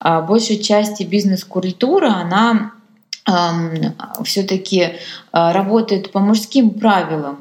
большей части бизнес-культура, она все-таки работает по мужским правилам.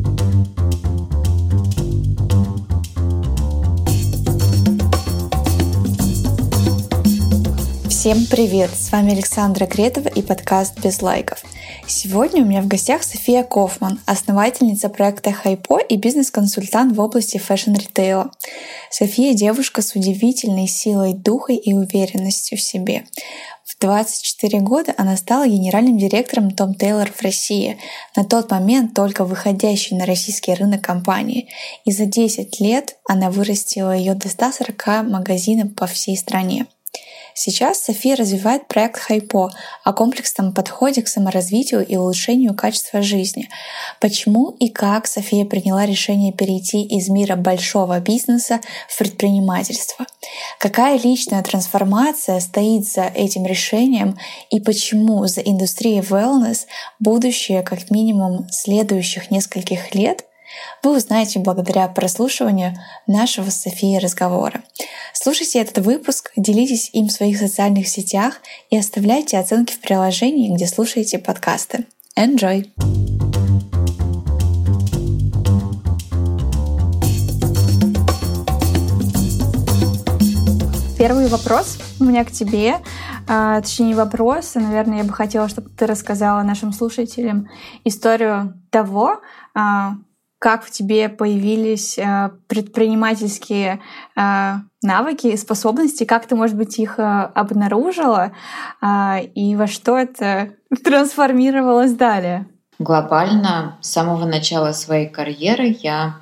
Всем привет! С вами Александра Гретова и подкаст «Без лайков». Сегодня у меня в гостях София Кофман, основательница проекта Хайпо и бизнес-консультант в области фэшн-ритейла. София — девушка с удивительной силой духа и уверенностью в себе. В 24 года она стала генеральным директором Том Тейлор в России, на тот момент только выходящей на российский рынок компании. И за 10 лет она вырастила ее до 140 магазинов по всей стране. Сейчас София развивает проект Хайпо о комплексном подходе к саморазвитию и улучшению качества жизни. Почему и как София приняла решение перейти из мира большого бизнеса в предпринимательство? Какая личная трансформация стоит за этим решением и почему за индустрией wellness будущее как минимум следующих нескольких лет вы узнаете благодаря прослушиванию нашего с Софией разговора. Слушайте этот выпуск, делитесь им в своих социальных сетях и оставляйте оценки в приложении, где слушаете подкасты. Enjoy! Первый вопрос у меня к тебе. Точнее, не вопрос, а, наверное, я бы хотела, чтобы ты рассказала нашим слушателям историю того, как в тебе появились предпринимательские навыки и способности, как ты, может быть, их обнаружила и во что это трансформировалось далее? Глобально с самого начала своей карьеры я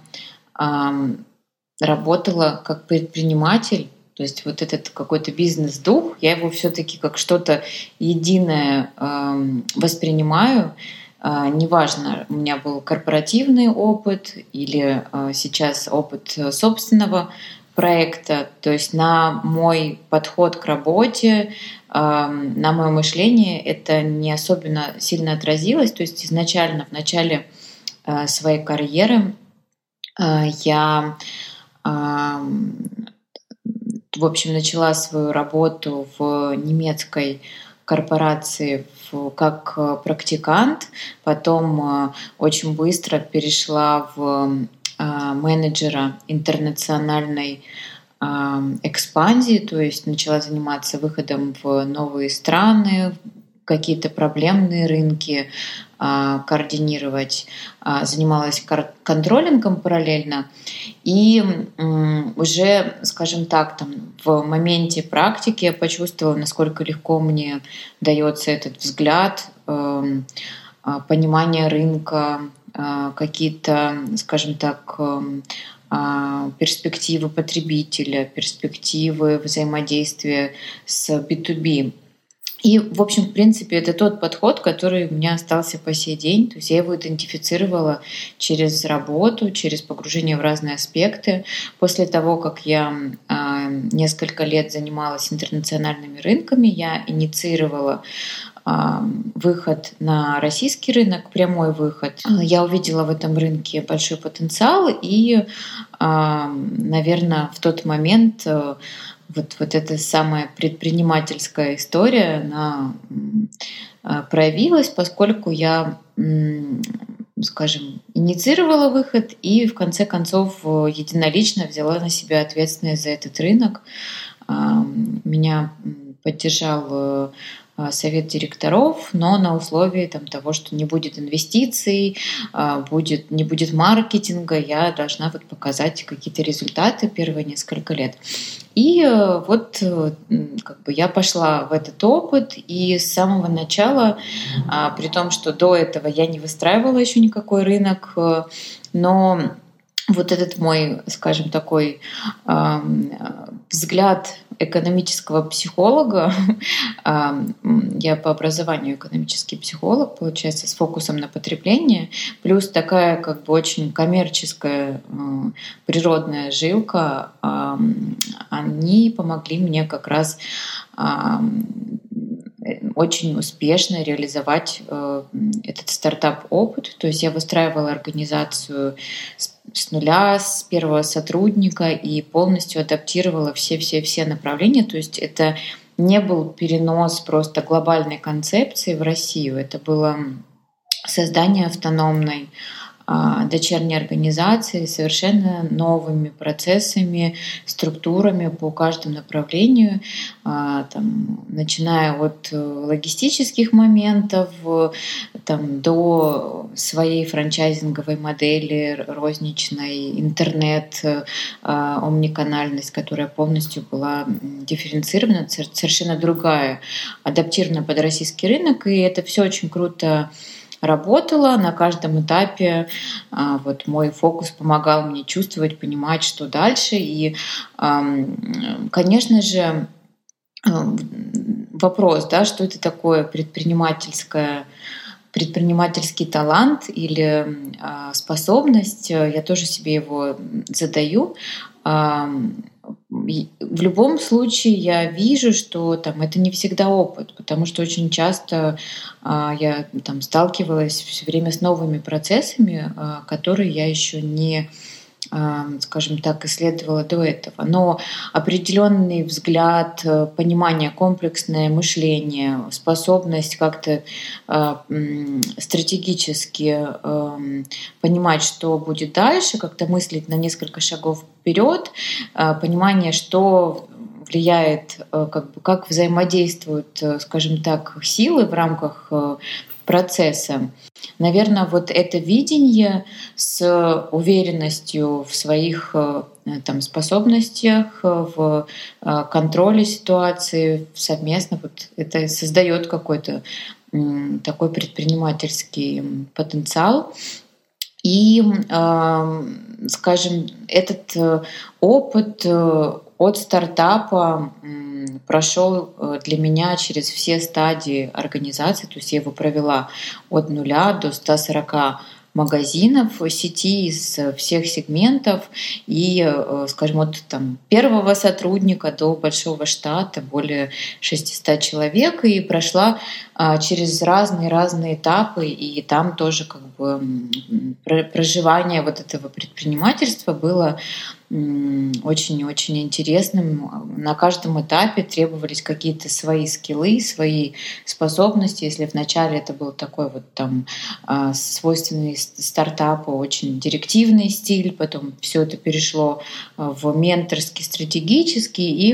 работала как предприниматель. То есть вот этот какой-то бизнес-дух, я его все-таки как что-то единое воспринимаю. Неважно, у меня был корпоративный опыт или сейчас опыт собственного проекта. То есть на мой подход к работе, на мое мышление это не особенно сильно отразилось. То есть изначально, в начале своей карьеры я, в общем, начала свою работу в немецкой корпорации как практикант, потом очень быстро перешла в менеджера интернациональной экспансии, то есть начала заниматься выходом в новые страны, какие-то проблемные рынки координировать, занималась контролингом параллельно. И уже, скажем так, там, в моменте практики я почувствовала, насколько легко мне дается этот взгляд, понимание рынка, какие-то, скажем так, перспективы потребителя, перспективы взаимодействия с B2B. И, в общем, в принципе, это тот подход, который у меня остался по сей день. То есть я его идентифицировала через работу, через погружение в разные аспекты. После того, как я несколько лет занималась интернациональными рынками, я инициировала выход на российский рынок, прямой выход. Я увидела в этом рынке большой потенциал, и, наверное, в тот момент вот эта самая предпринимательская история, она проявилась, поскольку я, скажем, инициировала выход и в конце концов единолично взяла на себя ответственность за этот рынок. Меня поддержал совет директоров, но на условии того, что не будет инвестиций, не будет маркетинга, я должна показать какие-то результаты первые несколько лет. И вот я пошла в этот опыт, и с самого начала, при том, что до этого я не выстраивала еще никакой рынок, но вот этот мой, скажем, такой взгляд экономического психолога, я по образованию экономический психолог, получается, с фокусом на потребление, плюс такая очень коммерческая природная жилка, они помогли мне как раз очень успешно реализовать этот стартап-опыт. То есть я выстраивала организацию с нуля, с первого сотрудника и полностью адаптировала все направления. То есть это не был перенос просто глобальной концепции в Россию. Это было создание автономной дочерней организации с совершенно новыми процессами, структурами по каждому направлению, начиная от логистических моментов до своей франчайзинговой модели, розничной, интернет, омниканальность, которая полностью была дифференцирована, совершенно другая, адаптирована под российский рынок. И это все очень круто работала на каждом этапе. Вот мой фокус помогал мне чувствовать, понимать, что дальше. И, конечно же, вопрос, да, что это такое предпринимательский талант или способность, я тоже себе его задаю. В любом случае я вижу, что это не всегда опыт, потому что очень часто я сталкивалась все время с новыми процессами, которые я еще не, скажем так, исследовала до этого. Но определенный взгляд, понимание, комплексное мышление, способность как-то стратегически понимать, что будет дальше, как-то мыслить на несколько шагов вперед, понимание, что влияет, как взаимодействуют, скажем так, силы в рамках процесса. Наверное, вот это видение с уверенностью в своих способностях, в контроле ситуации совместно, вот это создает какой-то такой предпринимательский потенциал. И, скажем, этот опыт от стартапа прошел для меня через все стадии организации, то есть я его провела от 0 до 140 магазинов сети из всех сегментов и, скажем, от первого сотрудника до большого штата, более 600 человек, и прошла через разные этапы, и там тоже проживание вот этого предпринимательства было очень-очень интересным. На каждом этапе требовались какие-то свои скиллы, свои способности. Если вначале это был такой свойственный стартапу очень директивный стиль, потом все это перешло в менторский, стратегический, и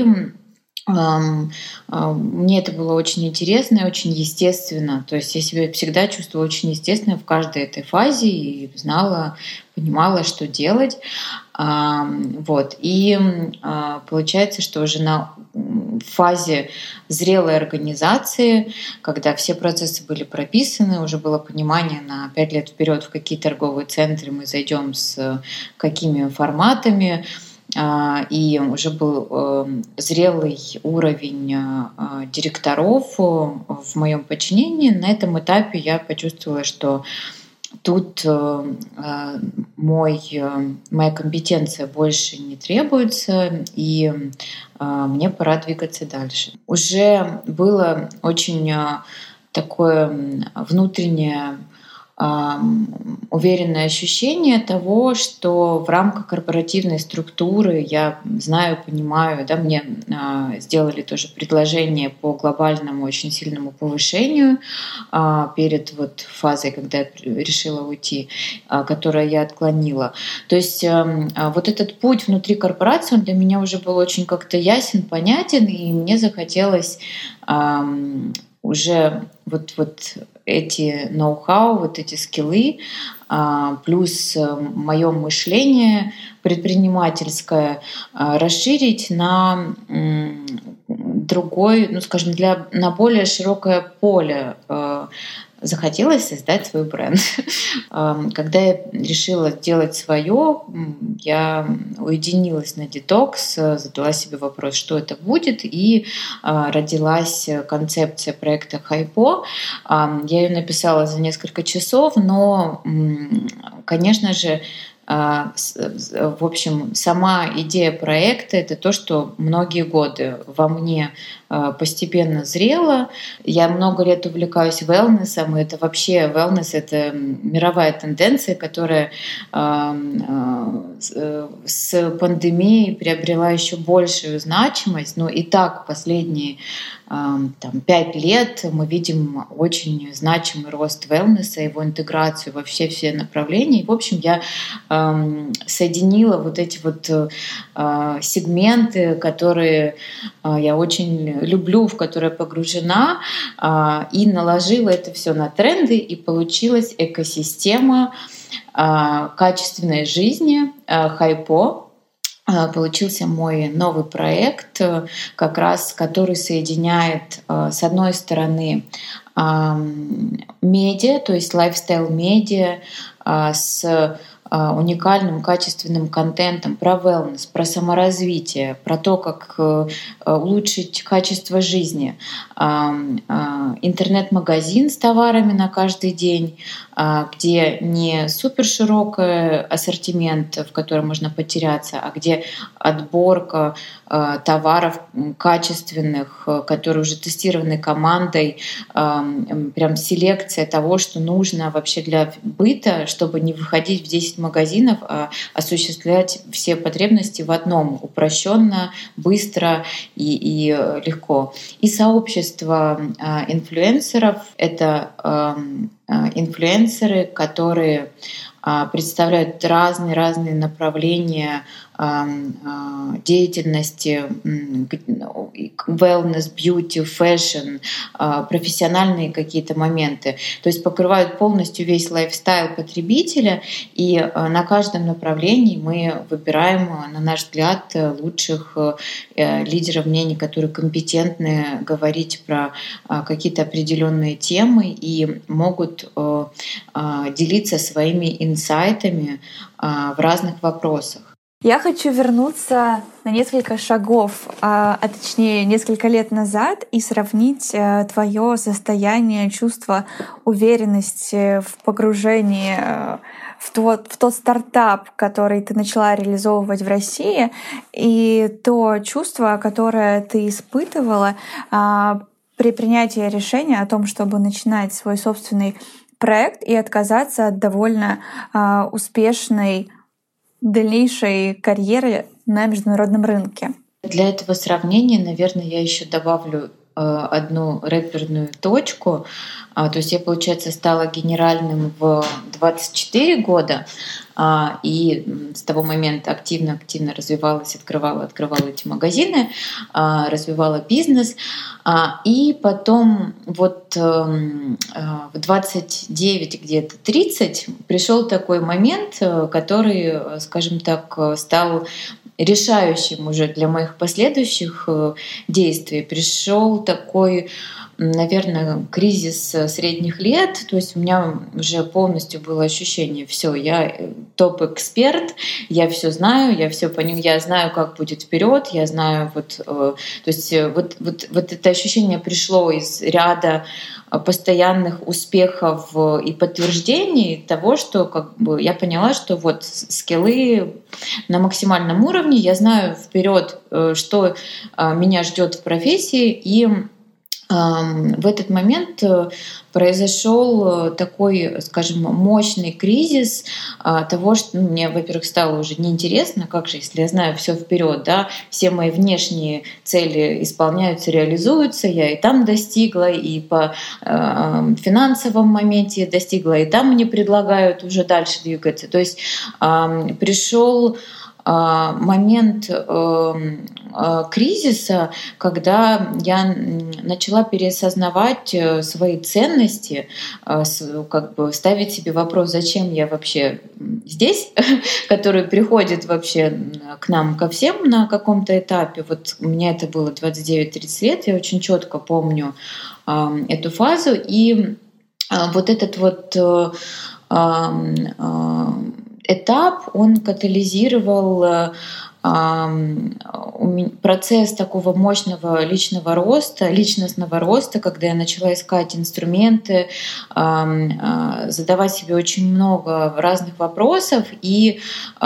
мне это было очень интересно и очень естественно. То есть я себя всегда чувствовала очень естественно в каждой этой фазе и знала, понимала, что делать. Вот. И получается, что уже в фазе зрелой организации, когда все процессы были прописаны, уже было понимание на 5 лет вперед, в какие торговые центры мы зайдем, с какими форматами, и уже был зрелый уровень директоров в моем подчинении. На этом этапе я почувствовала, что тут моя компетенция больше не требуется, и мне пора двигаться дальше. Уже было очень такое внутреннее уверенное ощущение того, что в рамках корпоративной структуры я знаю, понимаю, да, мне сделали тоже предложение по глобальному очень сильному повышению перед фазой, когда я решила уйти, которое я отклонила. То есть вот этот путь внутри корпорации, он для меня уже был очень как-то ясен, понятен, и мне захотелось уже вот эти ноу-хау, вот эти скиллы, плюс мое мышление предпринимательское расширить на другой, скажем, на более широкое поле. Захотелось создать свой бренд. Когда я решила делать свое, я уединилась на детокс, задала себе вопрос, что это будет, и родилась концепция проекта Hypo. Я ее написала за несколько часов, но, конечно же, в общем, сама идея проекта — это то, что многие годы во мне постепенно зрело. Я много лет увлекаюсь wellness'ом, и это вообще wellness — это мировая тенденция, которая с пандемией приобрела еще большую значимость. Но и так последние там, 5 лет мы видим очень значимый рост wellness, его интеграцию во все направления. И, в общем, я соединила вот эти вот сегменты, которые я очень люблю, в которые погружена, и наложила это все на тренды, и получилась экосистема качественной жизни Хайпо. Получился мой новый проект, как раз который соединяет, с одной стороны, медиа, то есть лайфстайл-медиа, с уникальным качественным контентом про wellness, про саморазвитие, про то, как улучшить качество жизни. Интернет-магазин с товарами на каждый день, где не суперширокий ассортимент, в котором можно потеряться, а где отборка товаров качественных, которые уже тестированы командой, прям селекция того, что нужно вообще для быта, чтобы не выходить в 10 магазинов, а осуществлять все потребности в одном, упрощенно, быстро и легко. И сообщество инфлюенсеров — это инфлюенсеры, которые представляют разные направления деятельности, wellness, beauty, fashion, профессиональные какие-то моменты. То есть покрывают полностью весь лайфстайл потребителя, и на каждом направлении мы выбираем, на наш взгляд, лучших лидеров мнений, которые компетентны говорить про какие-то определенные темы и могут делиться своими инсайтами в разных вопросах. Я хочу вернуться на несколько шагов, а точнее несколько лет назад, и сравнить твое состояние, чувство уверенности в погружении в тот стартап, который ты начала реализовывать в России, и то чувство, которое ты испытывала при принятии решения о том, чтобы начинать свой собственный проект и отказаться от довольно успешной дальнейшей карьеры на международном рынке. Для этого сравнения, наверное, я еще добавлю одну реперную точку. То есть я, получается, стала генеральным в 24 года, и с того момента активно развивалась, открывала эти магазины, развивала бизнес. И потом вот в 29, где-то 30 пришел такой момент, который, скажем так, стал решающим уже для моих последующих действий. Пришел такой, наверное, кризис средних лет, то есть у меня уже полностью было ощущение: все, я топ-эксперт, я все знаю, я все понимаю, я знаю, как будет вперед, я знаю, то есть вот это ощущение пришло из ряда постоянных успехов и подтверждений того, что как бы я поняла, что вот скиллы на максимальном уровне, я знаю вперед, что меня ждет в профессии, и в этот момент произошел такой, скажем, мощный кризис того, что мне, во-первых, стало уже неинтересно, как же, если я знаю все вперед, да, все мои внешние цели исполняются, реализуются, я и там достигла, и по финансовом моменте достигла, и там мне предлагают уже дальше двигаться. То есть пришел момент кризиса, когда я начала переосознавать свои ценности, как бы ставить себе вопрос, зачем я вообще здесь, который приходит вообще к нам, ко всем на каком-то этапе. Вот у меня это было 29-30 лет, я очень четко помню эту фазу, и вот этот вот этап, он катализировал процесс такого мощного личностного роста, когда я начала искать инструменты, задавать себе очень много разных вопросов и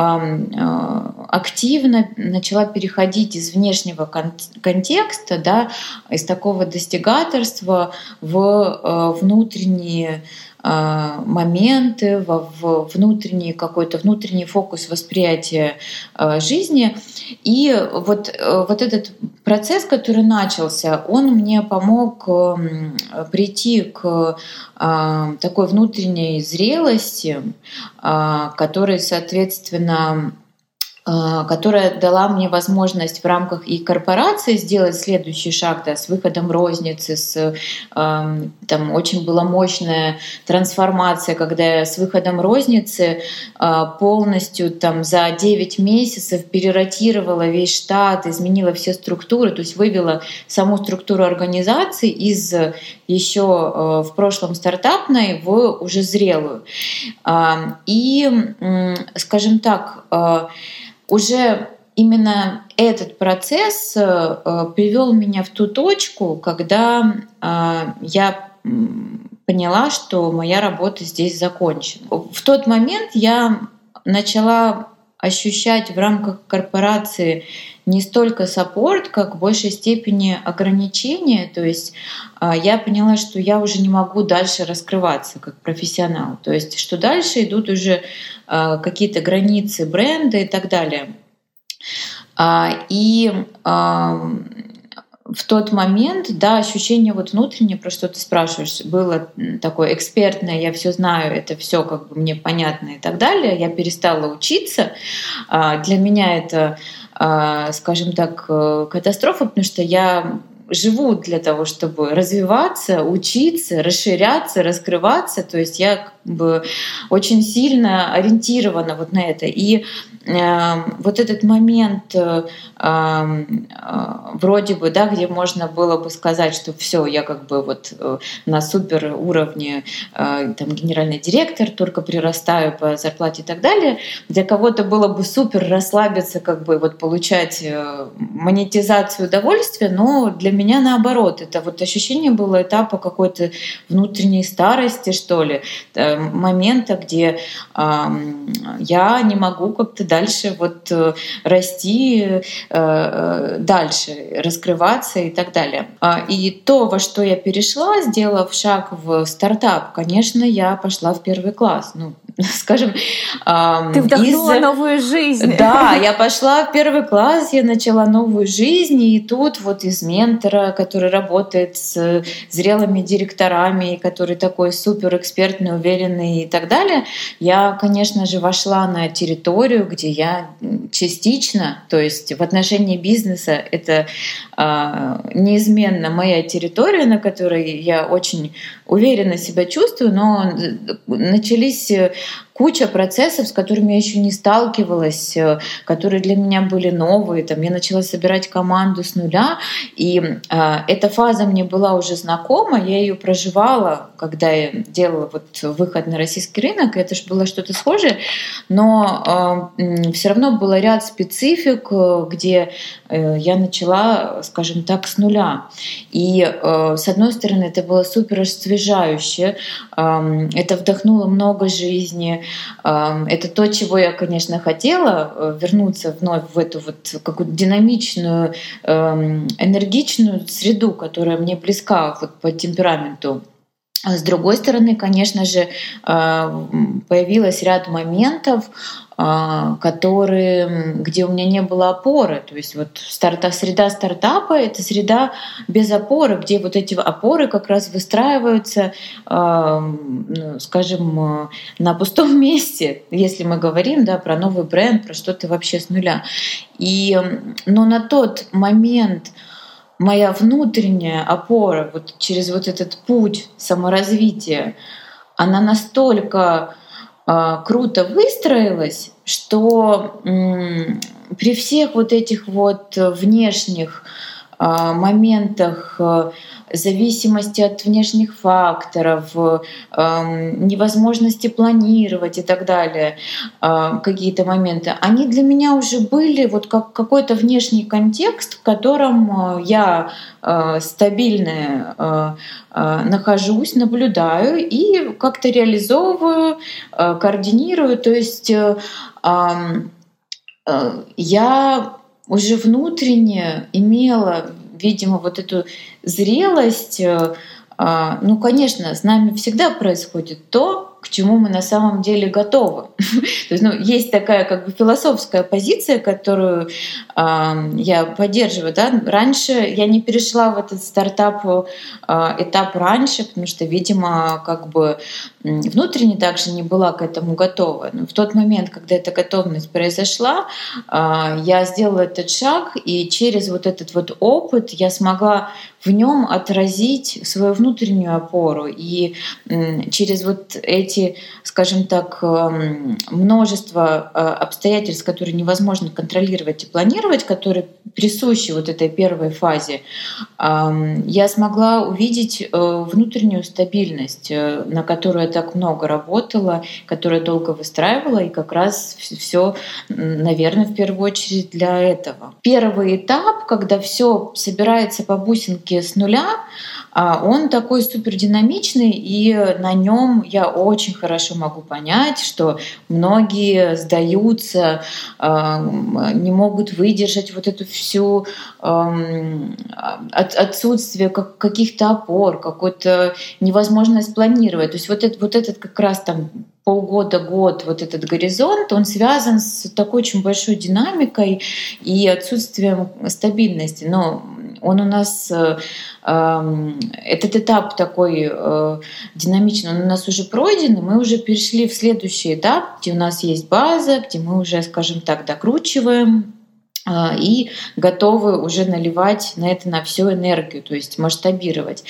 активно начала переходить из внешнего контекста, да, из такого достигаторства в внутренние моменты, в внутренний фокус восприятия жизни. И вот этот процесс, который начался, он мне помог прийти к такой внутренней зрелости, которая, соответственно, которая дала мне возможность в рамках и корпорации сделать следующий шаг, да, с выходом розницы, там очень была мощная трансформация, когда я с выходом розницы полностью там за 9 месяцев переротировала весь штат, изменила все структуры, то есть вывела саму структуру организации из еще в прошлом стартапной в уже зрелую. И, скажем так, уже именно этот процесс привел меня в ту точку, когда я поняла, что моя работа здесь закончена. В тот момент я начала ощущать в рамках корпорации не столько саппорт, как в большей степени ограничения. То есть я поняла, что я уже не могу дальше раскрываться как профессионал. То есть что дальше идут уже какие-то границы бренда и так далее. И в тот момент, да, ощущение вот внутреннее, про что ты спрашиваешь, было такое экспертное, я все знаю, это все как бы мне понятно и так далее. Я перестала учиться. Для меня это, скажем так, катастрофа, потому что я живу для того, чтобы развиваться, учиться, расширяться, раскрываться. То есть я как бы очень сильно ориентирована вот на это. И вот этот момент вроде бы, да, где можно было бы сказать, что все, я как бы вот на супер уровне там генеральный директор, только прирастаю по зарплате и так далее. Для кого-то было бы супер расслабиться, как бы вот получать монетизацию удовольствия, но для меня наоборот. Это вот ощущение было этапа какой-то внутренней старости, что ли, момента, где я не могу как-то дальше вот расти, дальше раскрываться и так далее. И то, во что я перешла, сделав шаг в стартап, конечно, я пошла в первый класс. Ну, скажем, ты вдохнула новую жизнь. Да, я пошла в первый класс, я начала новую жизнь, и тут вот из ментора, который работает с зрелыми директорами, который такой супер экспертный, уверенный и так далее, я, конечно же, вошла на территорию, где я частично, то есть в отношении бизнеса это неизменно моя территория, на которой я очень уверенно себя чувствую, но начались куча процессов, с которыми я еще не сталкивалась, которые для меня были новые. Там я начала собирать команду с нуля, и эта фаза мне была уже знакома, я ее проживала, когда я делала вот выход на российский рынок, это же было что-то схожее, но все равно был ряд специфик, где я начала, скажем так, с нуля. И с одной стороны, это было супер освежающе, это вдохнуло много жизни. Это то, чего я, конечно, хотела, вернуться вновь в эту вот какую-то динамичную, энергичную среду, которая мне близка вот по темпераменту. С другой стороны, конечно же, появился ряд моментов, где у меня не было опоры. То есть вот среда стартапа — это среда без опоры, где вот эти опоры как раз выстраиваются, скажем, на пустом месте, если мы говорим, да, про новый бренд, про что-то вообще с нуля. Но на тот момент моя внутренняя опора вот через вот этот путь саморазвития, она настолько круто выстроилась, что при всех вот этих вот внешних моментах зависимости от внешних факторов, невозможности планировать и так далее, какие-то моменты, они для меня уже были вот как какой-то внешний контекст, в котором я стабильно нахожусь, наблюдаю и как-то реализовываю, координирую. То есть я уже внутренне имела, видимо, вот эту зрелость Ну, конечно, с нами всегда происходит то, к чему мы на самом деле готовы. То есть, есть такая как бы философская позиция, которую я поддерживаю. Да? Раньше я не перешла в этот стартап этап раньше, потому что, видимо, как бы внутренне также не была к этому готова. Но в тот момент, когда эта готовность произошла, я сделала этот шаг, и через вот этот вот опыт я смогла в нем отразить свою внутреннюю опору. И через вот эти, скажем так, множество обстоятельств, которые невозможно контролировать и планировать, которые присущи вот этой первой фазе, я смогла увидеть внутреннюю стабильность, на которую я так много работала, которую долго выстраивала, и как раз все, наверное, в первую очередь для этого. Первый этап, когда все собирается по бусинке с нуля, он такой супер динамичный, и на нем я очень хорошо могу понять, что многие сдаются, не могут выдержать вот эту всю отсутствие каких-то опор, какую-то невозможность планировать. То есть вот этот как раз там полгода, год, вот этот горизонт, он связан с такой очень большой динамикой и отсутствием стабильности. Но он у нас, этот этап такой динамичный, он у нас уже пройден, и мы уже перешли в следующий этап, где у нас есть база, где мы уже, скажем так, докручиваем и готовы уже наливать на это на всю энергию, то есть масштабировать.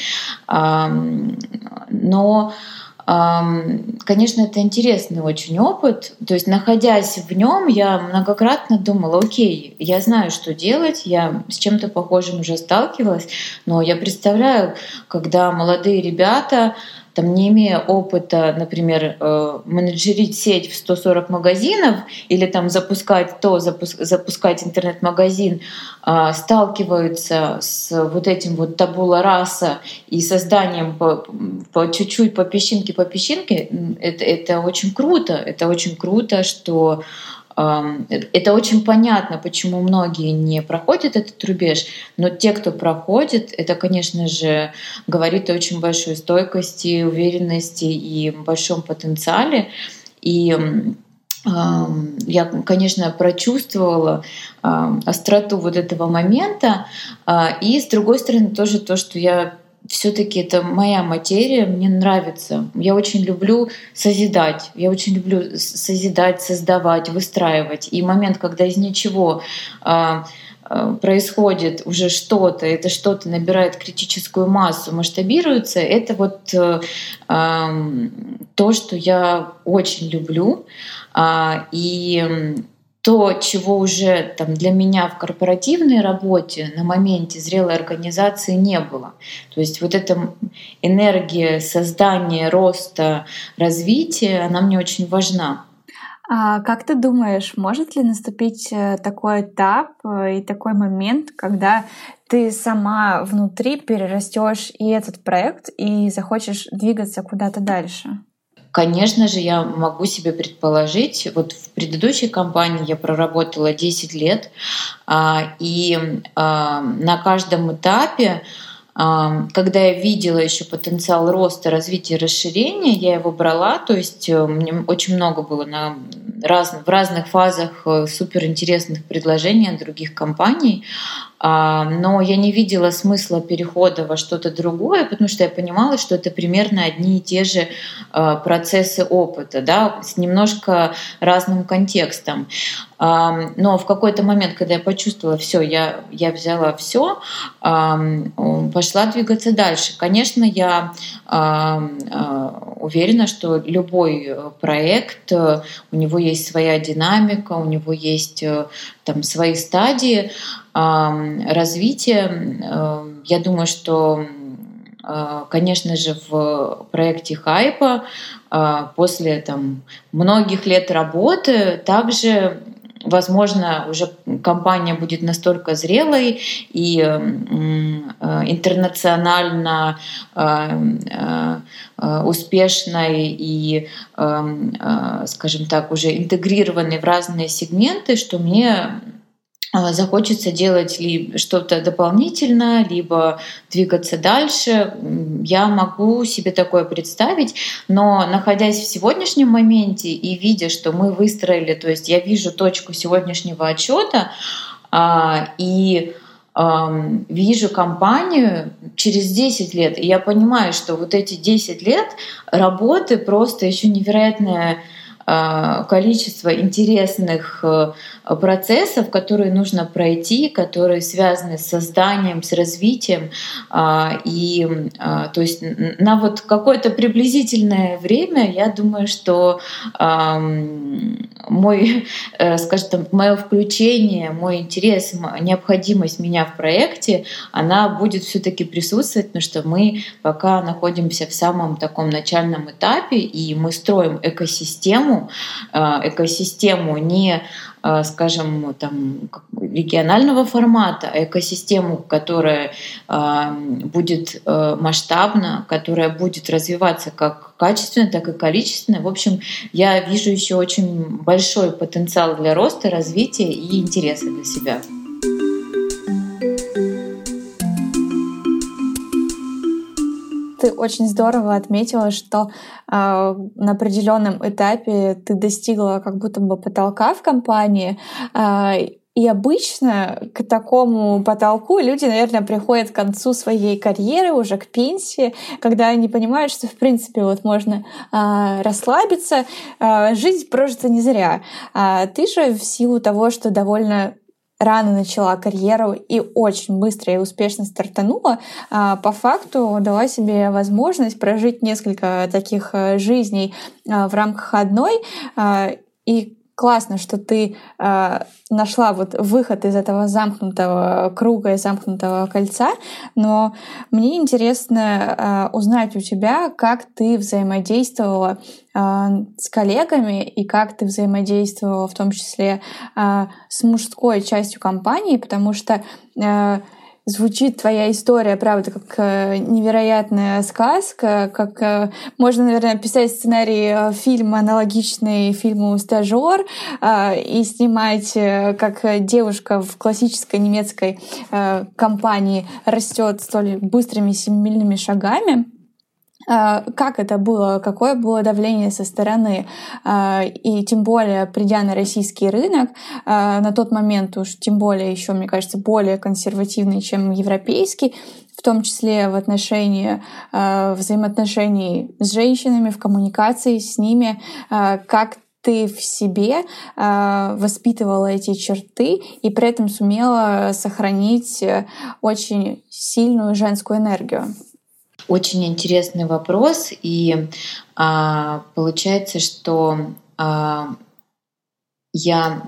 Но конечно, это интересный очень опыт. То есть, находясь в нем, я многократно думала: окей, я знаю, что делать, я с чем-то похожим уже сталкивалась, но я представляю, когда молодые ребята, там, не имея опыта, например, менеджерить сеть в 140 магазинов или там запускать интернет-магазин, сталкиваются с вот этим вот табула раса и созданием по чуть-чуть, по песчинке, это очень круто. Это очень круто, что это очень понятно, почему многие не проходят этот рубеж, но те, кто проходит, это, конечно же, говорит о очень большой стойкости, уверенности и большом потенциале. И я, конечно, прочувствовала остроту вот этого момента, и, с другой стороны, тоже то, что я все-таки это моя материя, мне нравится. Я очень люблю созидать. Я очень люблю созидать, создавать, выстраивать. И момент, когда из ничего происходит уже что-то, это что-то набирает критическую массу, масштабируется, это вот то, что я очень люблю. И то, чего уже там для меня в корпоративной работе на моменте зрелой организации не было. То есть вот эта энергия создания, роста, развития, она мне очень важна. А как ты думаешь, может ли наступить такой этап и такой момент, когда ты сама внутри перерастешь и этот проект, и захочешь двигаться куда-то дальше? Конечно же, я могу себе предположить, вот в предыдущей компании я проработала 10 лет, и на каждом этапе, когда я видела еще потенциал роста, развития, расширения, я его брала. То есть мне очень много было в разных фазах суперинтересных предложений от других компаний. Но я не видела смысла перехода во что-то другое, потому что я понимала, что это примерно одни и те же процессы опыта, да, с немножко разным контекстом. Но в какой-то момент, когда я почувствовала, все, я взяла все, пошла двигаться дальше. Конечно, я уверена, что любой проект, у него есть своя динамика, у него есть там свои стадии развития. Я думаю, что, конечно же, в проекте Хайпа после там многих лет работы также, возможно, уже компания будет настолько зрелой и интернационально успешной и, скажем так, уже интегрированной в разные сегменты, что мне захочется делать либо что-то дополнительно, либо двигаться дальше. Я могу себе такое представить, но находясь в сегодняшнем моменте и видя, что мы выстроили, то есть я вижу точку сегодняшнего отчета и вижу компанию через 10 лет, и я понимаю, что вот эти 10 лет работы просто еще невероятное количество интересных процессов, которые нужно пройти, которые связаны с созданием, с развитием. То есть на вот какое-то приблизительное время, я думаю, что мое включение, мой интерес, необходимость меня в проекте, она будет все-таки присутствовать, потому что мы пока находимся в самом таком начальном этапе, и мы строим экосистему не, скажем, там, регионального формата, а экосистему, которая будет масштабна, которая будет развиваться как качественно, так и количественно. В общем, я вижу еще очень большой потенциал для роста, развития и интереса для себя. Ты очень здорово отметила, что на определенном этапе ты достигла как будто бы потолка в компании. И обычно к такому потолку люди, наверное, приходят к концу своей карьеры, уже к пенсии, когда они понимают, что, в принципе, вот можно расслабиться, жизнь прожита не зря. Ты же в силу того, что довольно рано начала карьеру и очень быстро и успешно стартанула, по факту дала себе возможность прожить несколько таких жизней в рамках одной. И классно, что ты нашла вот выход из этого замкнутого круга и замкнутого кольца, но мне интересно узнать у тебя, как ты взаимодействовала с коллегами и как ты взаимодействовала в том числе с мужской частью компании, потому что звучит твоя история, правда, как невероятная сказка, как можно, наверное, писать сценарий фильма, аналогичный фильму «Стажёр», и снимать, как девушка в классической немецкой компании растет столь быстрыми семимильными шагами. Как это было? Какое было давление со стороны? И тем более, придя на российский рынок, на тот момент уж тем более еще, мне кажется, более консервативный, чем европейский, в том числе в отношении взаимоотношений с женщинами, в коммуникации с ними, как ты в себе воспитывала эти черты и при этом сумела сохранить очень сильную женскую энергию? Очень интересный вопрос, и получается, что я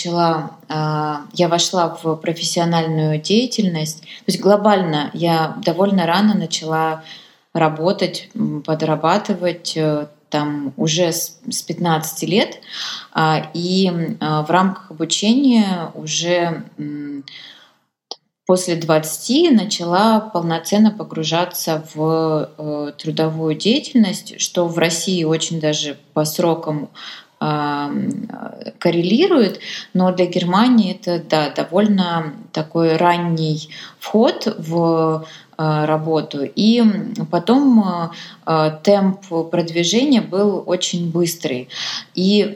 вошла в профессиональную деятельность, то есть глобально я довольно рано начала работать, подрабатывать там уже с 15 лет, и в рамках обучения уже после 20 начала полноценно погружаться в трудовую деятельность, что в России очень даже по срокам коррелирует, но для Германии это довольно такой ранний вход в работу. И потом темп продвижения был очень быстрый. И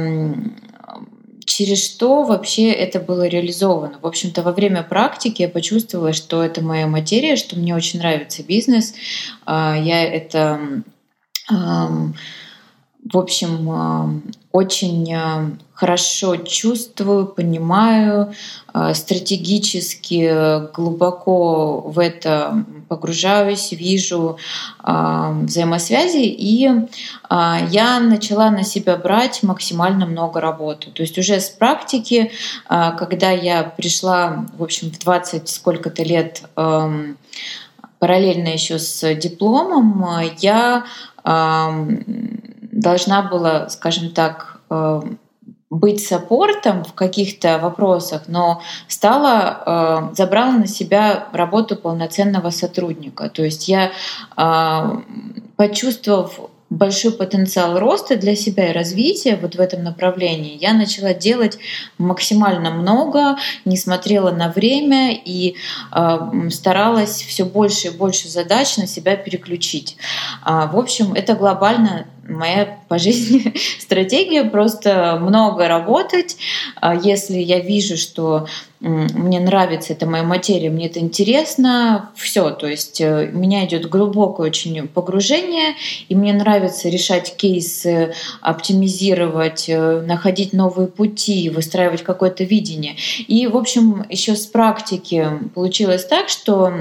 через что вообще это было реализовано? В общем-то, во время практики я почувствовала, что это моя материя, что мне очень нравится бизнес. Я это, в общем, очень хорошо чувствую, понимаю, стратегически глубоко в это погружаюсь, вижу взаимосвязи, и я начала на себя брать максимально много работы. То есть уже с практики, когда я пришла, в общем, в 20 сколько-то лет, параллельно еще с дипломом, я должна была, скажем так, быть саппортом в каких-то вопросах, но забрала на себя работу полноценного сотрудника. То есть я, почувствовав большой потенциал роста для себя и развития вот в этом направлении, я начала делать максимально много, не смотрела на время и старалась все больше и больше задач на себя переключить. В общем, это глобально моя по жизни стратегия, просто много работать. Если я вижу, что мне нравится эта моя материя, мне это интересно, все, то есть у меня идет глубокое очень погружение, и мне нравится решать кейсы, оптимизировать, находить новые пути, выстраивать какое-то видение. И, в общем, еще с практики получилось так, что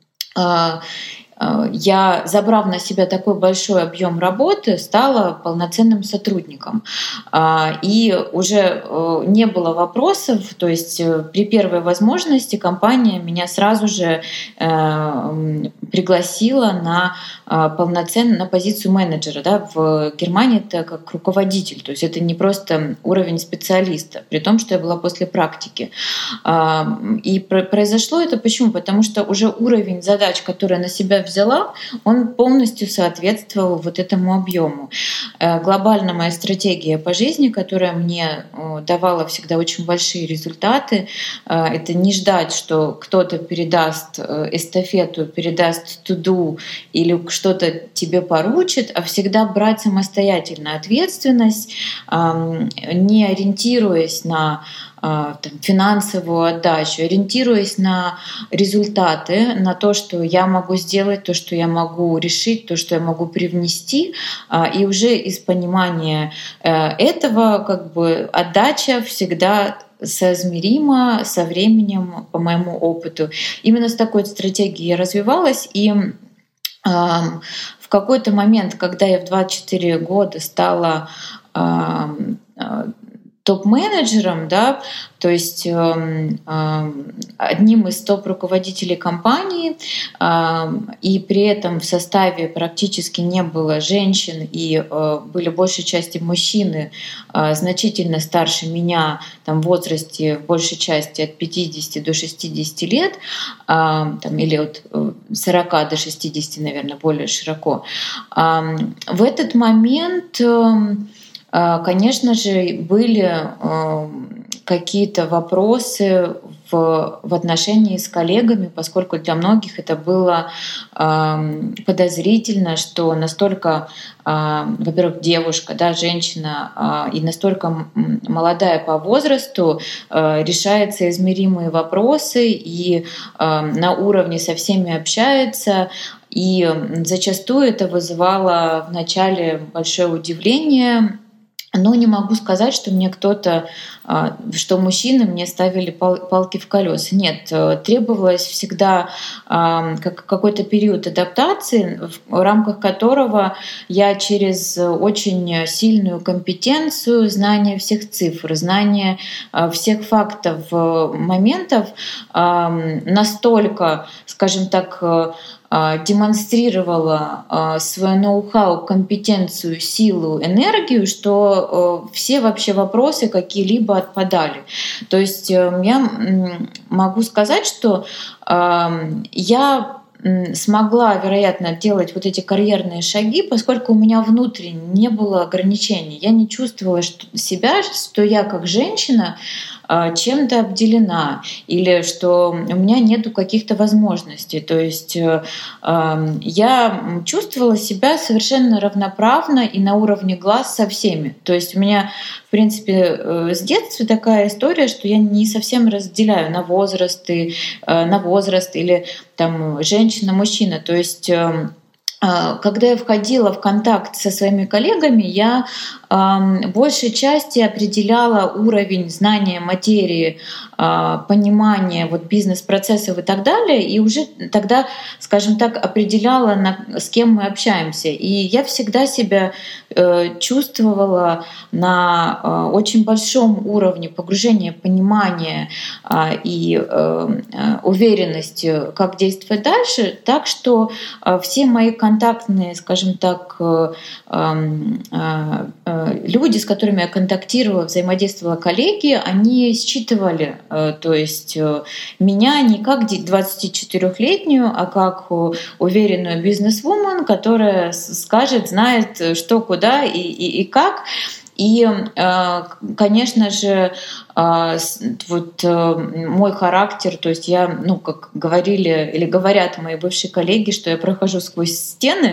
я, забрав на себя такой большой объем работы, стала полноценным сотрудником. И уже не было вопросов, то есть при первой возможности компания меня сразу же пригласила на полноценную позицию менеджера. Да? В Германии это как руководитель, то есть это не просто уровень специалиста, при том, что я была после практики. И произошло это почему? Потому что уже уровень задач, которые я на себя взяла, он полностью соответствовал вот этому объему. Глобально моя стратегия по жизни, которая мне давала всегда очень большие результаты, это не ждать, что кто-то передаст эстафету, передаст to-do или что-то тебе поручит, а всегда брать самостоятельно ответственность, не ориентируясь на финансовую отдачу, ориентируясь на результаты, на то, что я могу сделать, то, что я могу решить, то, что я могу привнести, и уже из понимания этого отдача всегда соизмерима со временем, по моему опыту. Именно с такой стратегией я развивалась, и в какой-то момент, когда я в 24 года стала топ-менеджером, да, то есть одним из топ-руководителей компании, и при этом в составе практически не было женщин, и были большей части мужчины, значительно старше меня, там, в возрасте в большей части от 50 до 60 лет, или от 40 до 60, наверное, более широко. В этот момент, конечно же, были какие-то вопросы в отношении с коллегами, поскольку для многих это было подозрительно, что настолько, во-первых, девушка, да, женщина, и настолько молодая по возрасту решает соизмеримые вопросы и на уровне со всеми общается. И зачастую это вызывало вначале большое удивление. Но не могу сказать, что мне что мужчины мне ставили палки в колеса. Нет, требовалось всегда какой-то период адаптации, в рамках которого я через очень сильную компетенцию, знание всех цифр, знание всех фактов, моментов настолько, скажем так, демонстрировала свое ноу-хау, компетенцию, силу, энергию, что все вообще вопросы какие-либо отпадали. То есть я могу сказать, что я смогла, вероятно, делать вот эти карьерные шаги, поскольку у меня внутренне не было ограничений. Я не чувствовала себя, что я как женщина чем-то обделена или что у меня нету каких-то возможностей. То есть я чувствовала себя совершенно равноправно и на уровне глаз со всеми. То есть у меня, в принципе, с детства такая история, что я не совсем разделяю на возраст или там женщина-мужчина. То есть когда я входила в контакт со своими коллегами, я большей части определяла уровень знания материи, понимания бизнес-процессов и так далее, и уже тогда, скажем так, определяла, с кем мы общаемся. И я всегда себя чувствовала на очень большом уровне погружения, понимания и уверенности, как действовать дальше, так что все мои контактные, скажем так, люди, с которыми я контактировала, взаимодействовала, коллеги, они считывали, то есть меня не как 24-летнюю, а как уверенную бизнес-вумен, которая скажет, знает, что, куда и как. И, конечно же, вот мой характер, то есть я, как говорили или говорят мои бывшие коллеги, что я прохожу сквозь стены,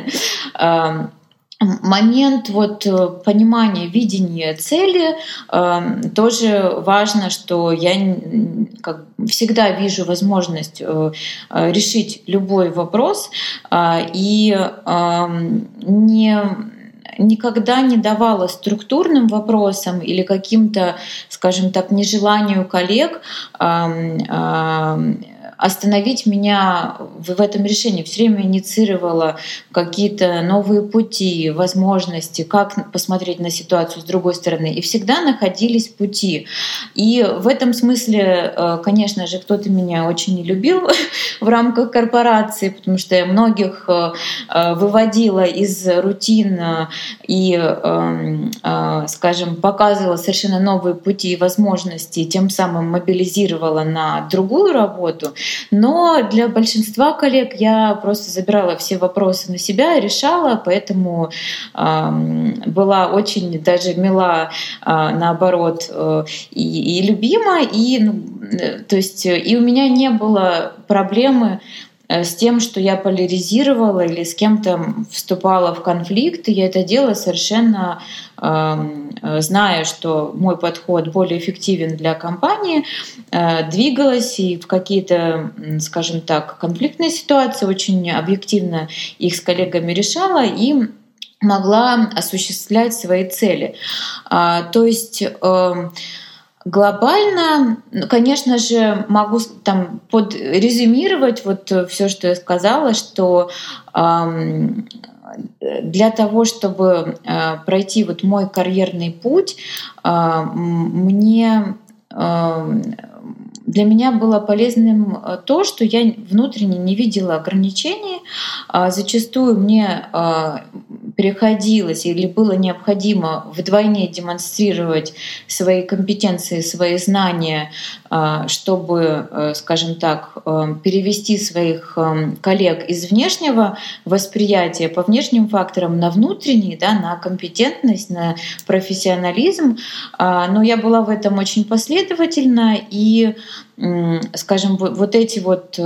момент понимания, видения цели тоже важно, что я всегда вижу возможность решить любой вопрос и никогда не давала структурным вопросам или каким-то, скажем так, нежеланию коллег остановить меня в этом решении. Все время инициировала какие-то новые пути, возможности, как посмотреть на ситуацию с другой стороны. И всегда находились пути. И в этом смысле, конечно же, кто-то меня очень не любил в рамках корпорации, потому что я многих выводила из рутин и, скажем, показывала совершенно новые пути и возможности, и тем самым мобилизировала на другую работу. Но для большинства коллег я просто забирала все вопросы на себя, решала, поэтому была очень даже мила, наоборот, и любима, то есть и у меня не было проблемы с тем, что я поляризировала или с кем-то вступала в конфликт. И я это делала совершенно зная, что мой подход более эффективен для компании, двигалась и в какие-то, скажем так, конфликтные ситуации очень объективно их с коллегами решала и могла осуществлять свои цели. То есть глобально, конечно же, могу подрезюмировать все, что я сказала, что для того, чтобы пройти мой карьерный путь, для меня было полезным то, что я внутренне не видела ограничений. Зачастую мне приходилось или было необходимо вдвойне демонстрировать свои компетенции, свои знания, чтобы, скажем так, перевести своих коллег из внешнего восприятия по внешним факторам на внутренний, на компетентность, на профессионализм. Но я была в этом очень последовательна, и, скажем, эти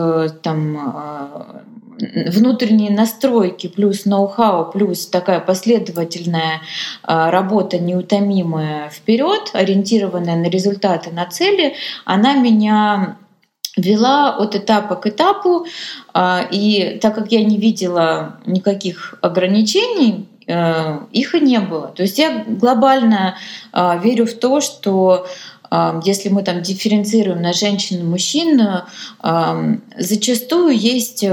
внутренние настройки, плюс ноу-хау, плюс такая последовательная работа, неутомимая вперед, ориентированная на результаты, на цели, она меня вела от этапа к этапу. И так как я не видела никаких ограничений, их и не было. То есть я глобально верю в то, что если мы дифференцируем на женщин и мужчин, зачастую есть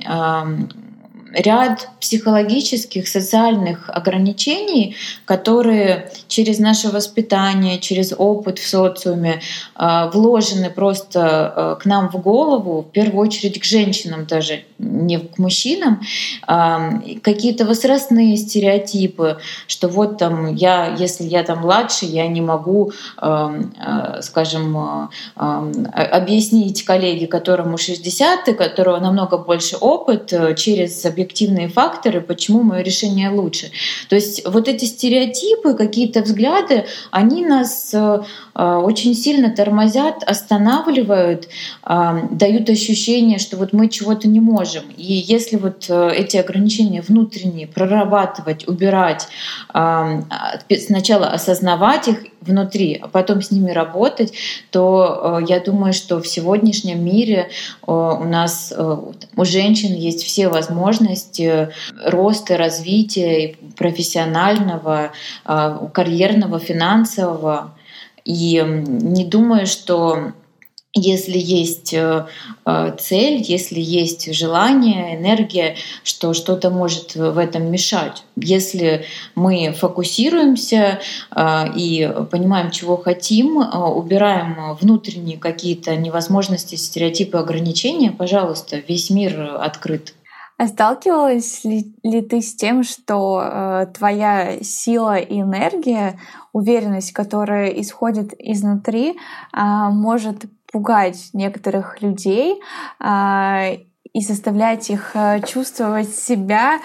ряд психологических, социальных ограничений, которые через наше воспитание, через опыт в социуме вложены просто к нам в голову, в первую очередь к женщинам, даже не к мужчинам, какие-то возрастные стереотипы, что если я младше, я не могу, скажем, объяснить коллеге, которому 60, у которого намного больше опыт, через объективные факторы, почему мое решение лучше. То есть эти стереотипы, какие-то взгляды, они нас очень сильно тормозят, останавливают, дают ощущение, что мы чего-то не можем. И если эти ограничения внутренние прорабатывать, убирать, сначала осознавать их внутри, а потом с ними работать, то я думаю, что в сегодняшнем мире у нас, у женщин есть все возможности роста, развития профессионального, карьерного, финансового. И не думаю, что если есть цель, если есть желание, энергия, что что-то может в этом мешать. Если мы фокусируемся и понимаем, чего хотим, убираем внутренние какие-то невозможности, стереотипы, ограничения, пожалуйста, весь мир открыт. А сталкивалась ли ты с тем, что твоя сила и энергия, уверенность, которая исходит изнутри, может пугать некоторых людей и заставлять их чувствовать себя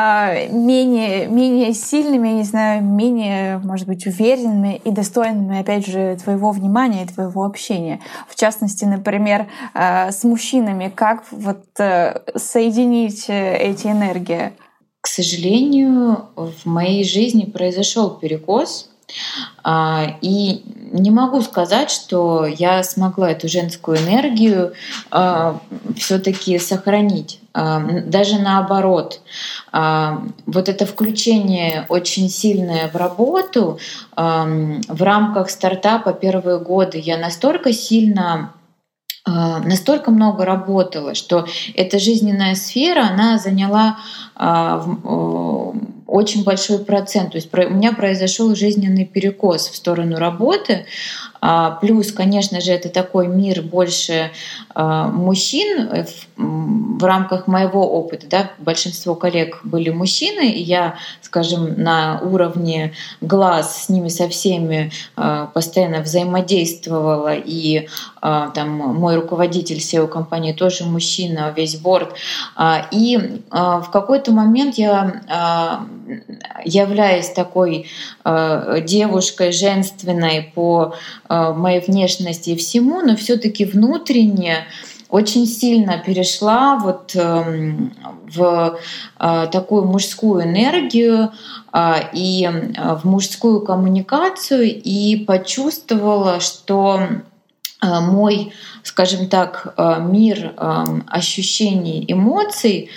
менее сильными, я не знаю, менее, может быть, уверенными и достойными, опять же, твоего внимания и твоего общения. В частности, например, с мужчинами. Как вот соединить эти энергии? К сожалению, в моей жизни произошел перекос. И не могу сказать, что я смогла эту женскую энергию все-таки сохранить. Даже наоборот, вот это включение очень сильное в работу в рамках стартапа первые годы я настолько много работала, что эта жизненная сфера, она заняла очень большой процент. То есть у меня произошел жизненный перекос в сторону работы. Плюс, конечно же, это такой мир больше мужчин. В рамках моего опыта, да, большинство коллег были мужчины, и я, скажем, на уровне глаз с ними со всеми постоянно взаимодействовала. И там мой руководитель SEO-компании тоже мужчина, весь борд. И в какой-то момент я, являясь такой девушкой женственной по моей внешности и всему, но все-таки внутренне очень сильно перешла вот в такую мужскую энергию и в мужскую коммуникацию и почувствовала, что мой, скажем так, мир ощущений, эмоций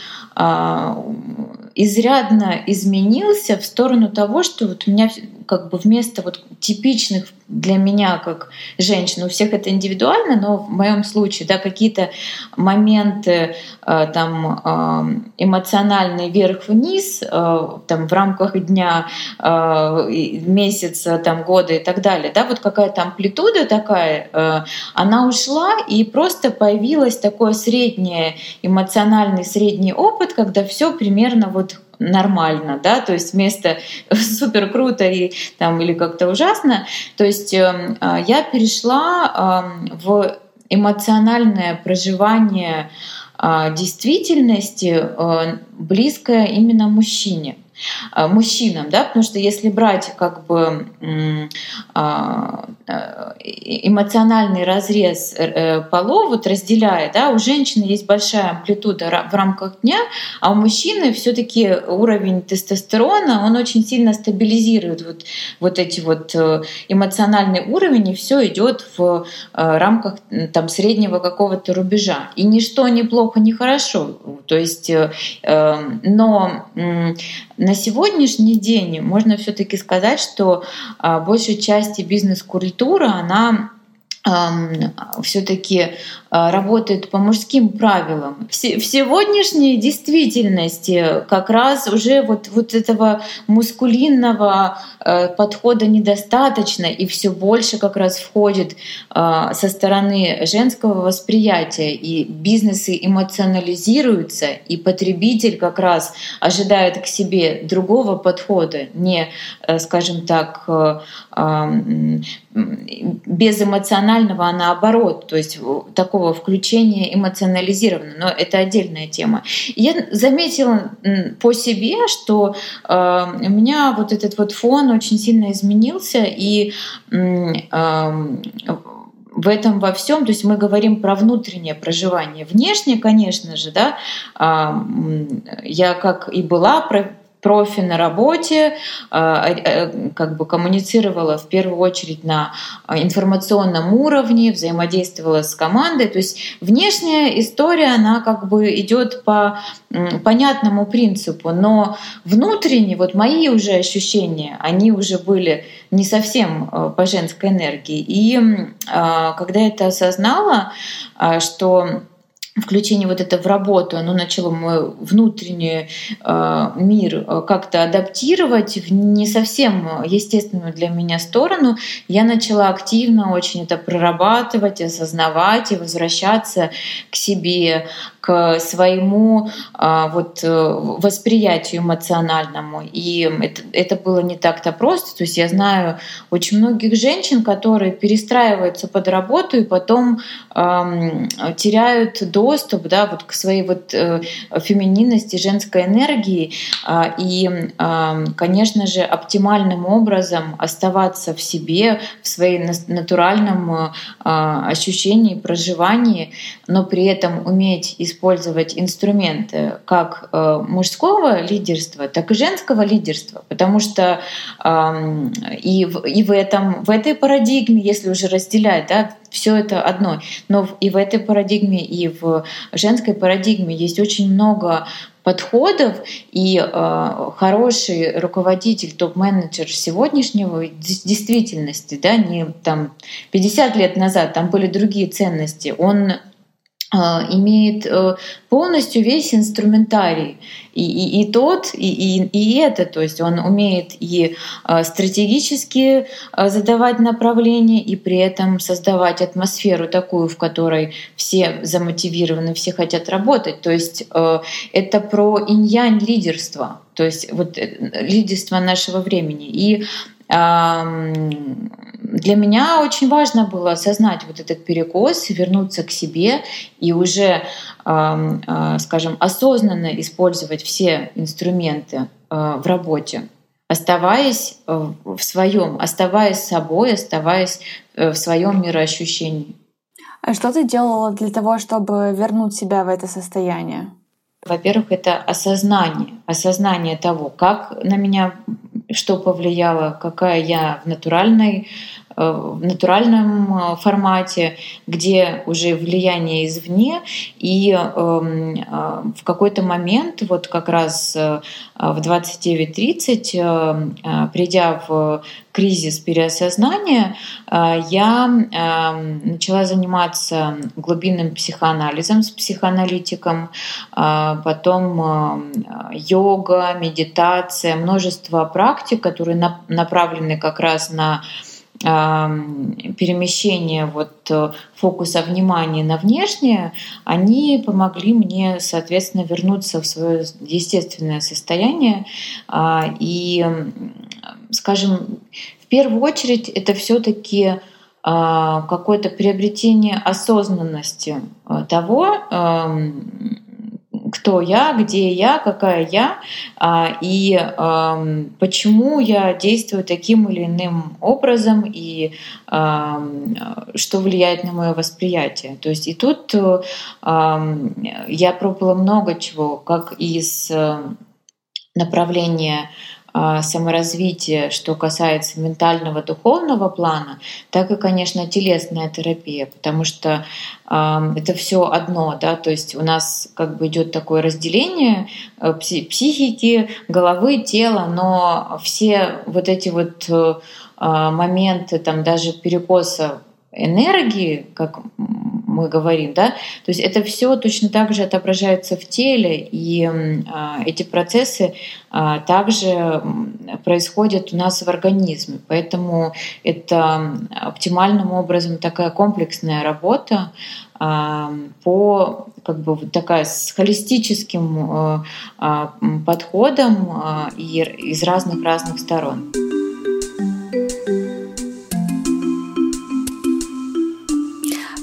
изрядно изменился в сторону того, что вот у меня как бы вместо вот типичных для меня как женщин, у всех это индивидуально, но в моем случае, да, какие-то моменты там эмоциональный вверх-вниз там в рамках дня, месяца, там года и так далее, да, вот какая-то амплитуда такая, она ушла и просто появилось такое среднее эмоциональный средний опыт, когда все примерно вот нормально, да, то есть вместо супер круто и там или как-то ужасно, то есть я перешла в эмоциональное проживание действительности, близкое именно мужчинам, да, потому что если брать как бы эмоциональный разрез полов, вот разделяя, да, у женщины есть большая амплитуда в рамках дня, а у мужчины все-таки уровень тестостерона, он очень сильно стабилизирует вот эти вот эмоциональный уровень, и все идет в рамках там среднего какого-то рубежа. И ничто не плохо, не хорошо. То есть, но на сегодняшний день можно все-таки сказать, что большей части бизнес-культура, она все-таки работает по мужским правилам. В сегодняшней действительности как раз уже вот этого мускулинного подхода недостаточно, и все больше как раз входит со стороны женского восприятия, и бизнесы эмоционализируются, и потребитель как раз ожидает к себе другого подхода, не, скажем так, безэмоционального, а наоборот, то есть такого включения эмоционализированного, но это отдельная тема. Я заметила по себе, что у меня вот этот вот фон очень сильно изменился, и в этом во всем, то есть мы говорим про внутреннее проживание. Внешне, конечно же, да, я как и была профи на работе, как бы коммуницировала в первую очередь на информационном уровне, взаимодействовала с командой. То есть внешняя история, она как бы идет по понятному принципу, но внутренне вот мои уже ощущения, они уже были не совсем по женской энергии. И когда я это осознала, что включение вот это в работу, оно начало мой внутренний мир как-то адаптировать в не совсем естественную для меня сторону. Я начала активно очень это прорабатывать, осознавать и возвращаться к себе, к своему восприятию эмоциональному. И это было не так-то просто. То есть я знаю очень многих женщин, которые перестраиваются под работу и потом теряют доступ, да, вот к своей фемининности, женской энергии. И, конечно же, оптимальным образом оставаться в себе, в своем натуральном ощущении, проживании, но при этом уметь использовать инструменты как мужского лидерства, так и женского лидерства. Потому что и в этой парадигме, если уже разделять, да, все это одно. Но и в этой парадигме, и в женской парадигме есть очень много подходов, и хороший руководитель, топ-менеджер сегодняшнего действительности, да, не там 50 лет назад, там были другие ценности, он имеет полностью весь инструментарий, и это, то есть он умеет и стратегически задавать направление, и при этом создавать атмосферу такую, в которой все замотивированы, все хотят работать. То есть это про инь-янь лидерство, то есть вот лидерство нашего времени. И для меня очень важно было осознать вот этот перекос, вернуться к себе и уже, скажем, осознанно использовать все инструменты в работе, оставаясь в своем, оставаясь собой, оставаясь в своем мироощущении. А что ты делала для того, чтобы вернуть себя в это состояние? Во-первых, это осознание того, как на меня что повлияло, какая я в натуральном формате, где уже влияние извне. И в какой-то момент, вот как раз в 29-30, придя в кризис переосознания, я начала заниматься глубинным психоанализом с психоаналитиком, потом йога, медитация, множество практик, которые направлены как раз на перемещение фокуса внимания на внешнее, они помогли мне, соответственно, вернуться в свое естественное состояние. И, скажем, в первую очередь это все-таки какое-то приобретение осознанности того, кто я, где я, какая я, и почему я действую таким или иным образом, и что влияет на мое восприятие. То есть и тут я пробовала много чего, как из направления саморазвития, что касается ментального, духовного плана, так и, конечно, телесная терапия, потому что это все одно, да, то есть у нас как бы идет такое разделение психики, головы, тела, но все вот эти моменты, там даже перекоса энергии, как мы говорим, да, то есть это все точно так же отображается в теле, и эти процессы также происходят у нас в организме. Поэтому это оптимальным образом такая комплексная работа по такая с холистическим подходом и из разных сторон.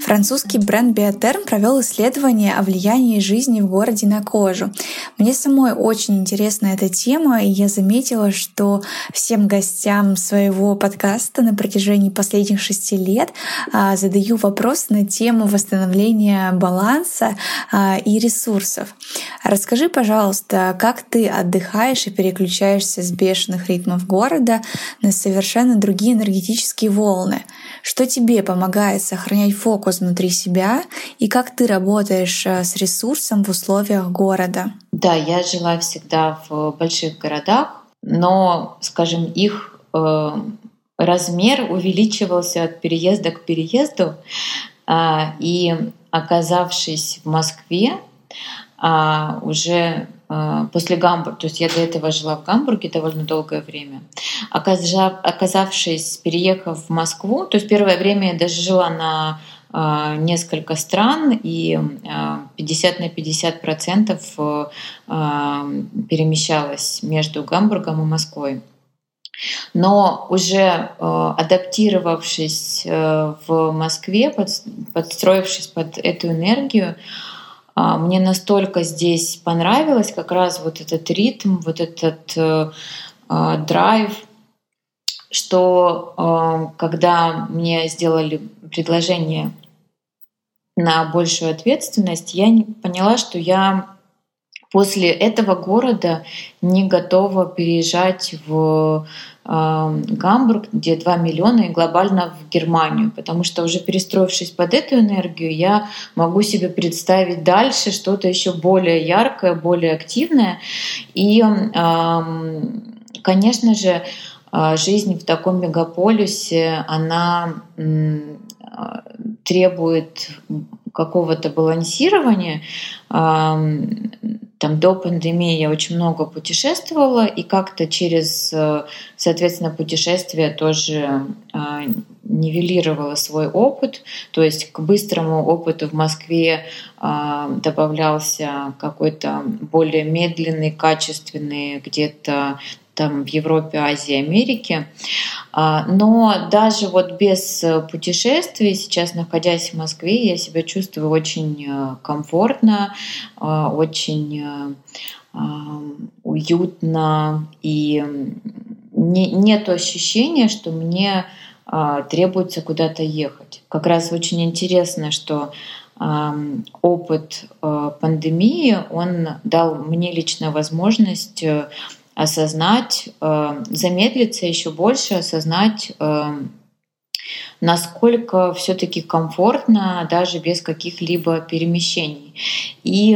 Французский бренд Биотерм провел исследование о влиянии жизни в городе на кожу. Мне самой очень интересна эта тема, и я заметила, что всем гостям своего подкаста на протяжении последних 6 лет задаю вопрос на тему восстановления баланса и ресурсов. Расскажи, пожалуйста, как ты отдыхаешь и переключаешься с бешеных ритмов города на совершенно другие энергетические волны? Что тебе помогает сохранять фокус внутри себя и как ты работаешь с ресурсом в условиях города? Да, я жила всегда в больших городах, но, скажем, их размер увеличивался от переезда к переезду. И оказавшись в Москве, уже после Гамбурга, то есть я до этого жила в Гамбурге довольно долгое время, оказавшись, переехав в Москву, то есть первое время я даже жила на несколько стран, и 50 на 50% перемещалась между Гамбургом и Москвой. Но уже адаптировавшись в Москве, подстроившись под эту энергию, мне настолько здесь понравилось как раз вот этот ритм, вот этот драйв, что когда мне сделали предложение на большую ответственность, я поняла, что я после этого города не готова переезжать в Гамбург, где 2 миллиона, и глобально в Германию, потому что уже перестроившись под эту энергию, я могу себе представить дальше что-то еще более яркое, более активное. И, конечно же, жизнь в таком мегаполисе, она требует какого-то балансирования. Там до пандемии я очень много путешествовала, и как-то через, соответственно, путешествия тоже нивелировала свой опыт. То есть к быстрому опыту в Москве добавлялся какой-то более медленный, качественный, где-то там в Европе, Азии, Америке. Но даже вот без путешествий, сейчас находясь в Москве, я себя чувствую очень комфортно, очень уютно, и нет ощущения, что мне требуется куда-то ехать. Как раз очень интересно, что опыт пандемии, он дал мне лично возможность осознать, замедлиться еще больше, осознать, насколько все-таки комфортно даже без каких-либо перемещений. И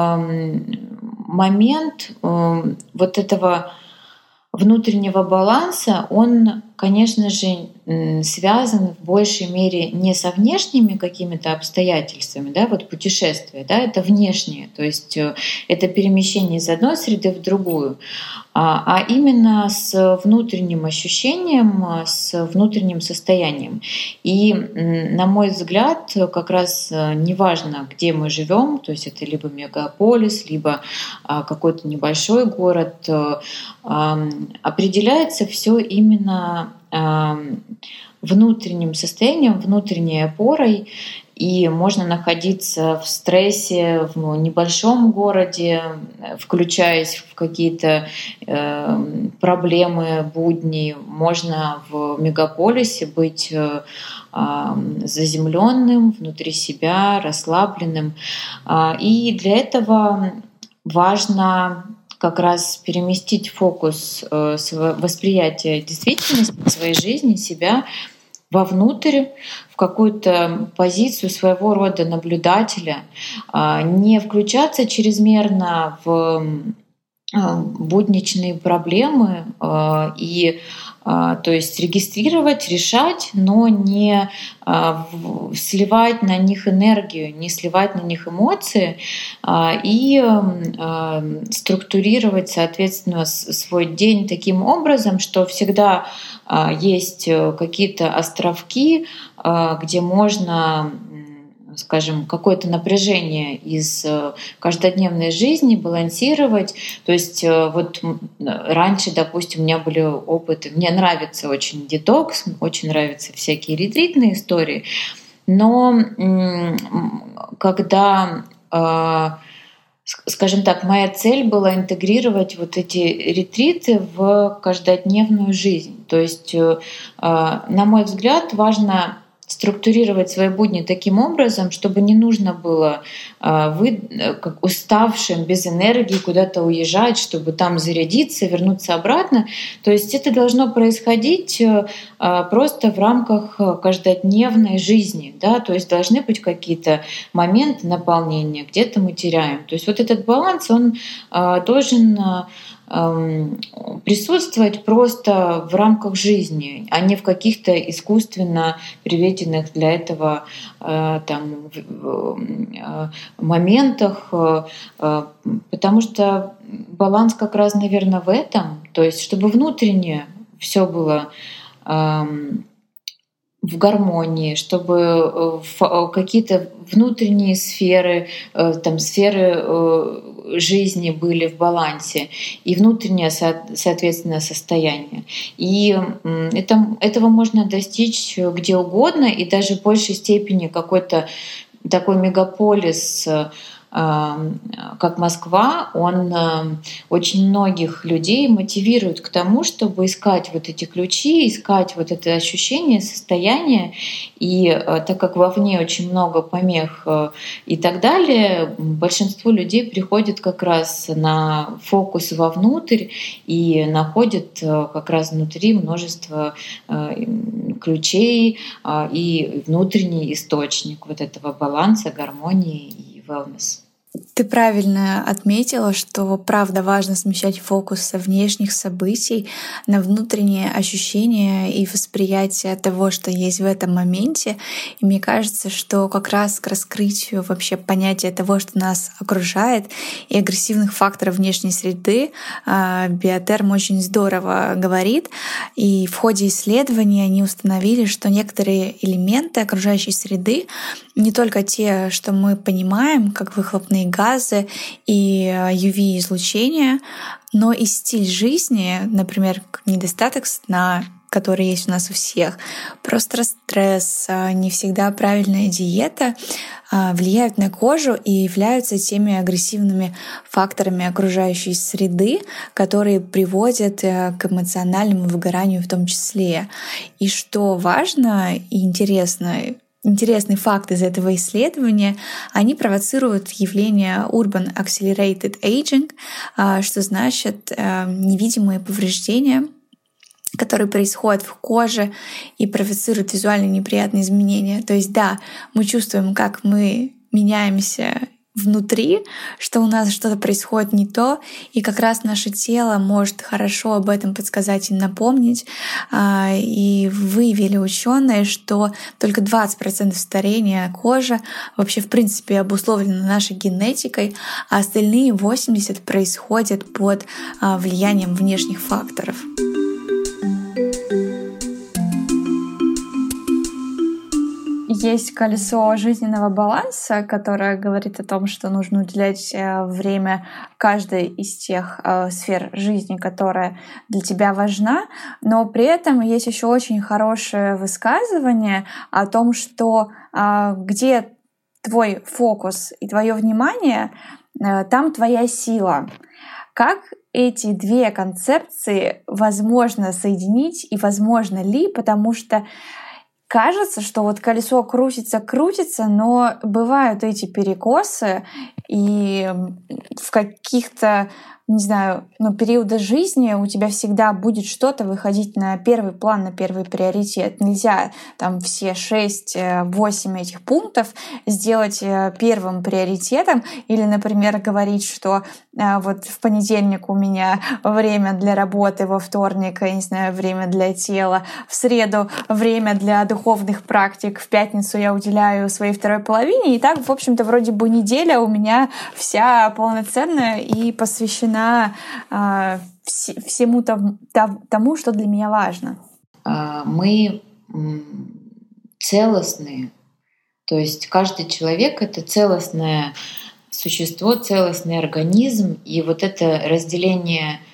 момент вот этого внутреннего баланса, он, конечно же, связан в большей мере не со внешними какими-то обстоятельствами, да, вот путешествие, да, это внешнее, то есть это перемещение из одной среды в другую, а именно с внутренним ощущением, с внутренним состоянием. И, на мой взгляд, как раз неважно, где мы живем, то есть это либо мегаполис, либо какой-то небольшой город, определяется все именно внутренним состоянием, внутренней опорой, и можно находиться в стрессе в небольшом городе, включаясь в какие-то проблемы, будни. Можно в мегаполисе быть заземленным внутри себя, расслабленным. И для этого важно как раз переместить фокус восприятия действительности своей жизни, себя вовнутрь, в какую-то позицию своего рода наблюдателя, не включаться чрезмерно в будничные проблемы и то есть регистрировать, решать, но не сливать на них энергию, не сливать на них эмоции и структурировать, соответственно, свой день таким образом, что всегда есть какие-то островки, где можно, скажем, какое-то напряжение из каждодневной жизни балансировать. То есть вот раньше, допустим, у меня были опыты, мне нравится очень детокс, очень нравятся всякие ретритные истории, Но когда, скажем так, моя цель была интегрировать вот эти ретриты в каждодневную жизнь. То есть, на мой взгляд, важно структурировать свои будни таким образом, чтобы не нужно было как уставшим, без энергии куда-то уезжать, чтобы там зарядиться, вернуться обратно. То есть это должно происходить просто в рамках каждодневной жизни. Да? То есть должны быть какие-то моменты наполнения, где-то мы теряем. То есть вот этот баланс, он должен присутствовать просто в рамках жизни, а не в каких-то искусственно приведенных для этого моментах, потому что баланс как раз, наверное, в этом, то есть чтобы внутренне все было в гармонии, чтобы какие-то внутренние сферы, сферы жизни были в балансе и внутреннее, соответственно, состояние. И этого можно достичь где угодно, и даже в большей степени какой-то такой мегаполис, как Москва, он очень многих людей мотивирует к тому, чтобы искать вот эти ключи, искать вот это ощущение, состояние. И так как вовне очень много помех и так далее, большинство людей приходит как раз на фокус вовнутрь и находит как раз внутри множество ключей и внутренний источник вот этого баланса, гармонии и wellness. Ты правильно отметила, что правда важно смещать фокус со внешних событий на внутренние ощущения и восприятие того, что есть в этом моменте. И мне кажется, что как раз к раскрытию вообще понятия того, что нас окружает, и агрессивных факторов внешней среды Биотерм очень здорово говорит. И в ходе исследований они установили, что некоторые элементы окружающей среды, не только те, что мы понимаем, как выхлопные газы и UV-излучение, но и стиль жизни, например, недостаток сна, который есть у нас у всех, просто стресс, не всегда правильная диета влияют на кожу и являются теми агрессивными факторами окружающей среды, которые приводят к эмоциональному выгоранию в том числе. И что важно и интересный факт из этого исследования, они провоцируют явление Urban Accelerated Aging, что значит невидимые повреждения, которые происходят в коже и провоцируют визуально неприятные изменения. То есть да, мы чувствуем, как мы меняемся внутри, что у нас что-то происходит не то, и как раз наше тело может хорошо об этом подсказать и напомнить. И выявили ученые, что только 20% старения кожи вообще в принципе обусловлено нашей генетикой, а остальные 80% происходят под влиянием внешних факторов. Есть колесо жизненного баланса, которое говорит о том, что нужно уделять время каждой из тех сфер жизни, которая для тебя важна, но при этом есть еще очень хорошее высказывание о том, что где твой фокус и твое внимание, там твоя сила. Как эти две концепции возможно соединить и возможно ли, потому что кажется, что вот колесо крутится, но бывают эти перекосы, и в каких-то, не знаю, периоды жизни у тебя всегда будет что-то выходить на первый план, на первый приоритет. Нельзя там все 6-8 этих пунктов сделать первым приоритетом или, например, говорить, что вот в понедельник у меня время для работы, во вторник, я не знаю, время для тела, в среду время для духовных практик, в пятницу я уделяю своей второй половине, и так, в общем-то, вроде бы неделя у меня вся полноценная и посвящена всему тому, что для меня важно. Мы целостные, то есть каждый человек — это целостное существо, целостный организм, и вот это разделение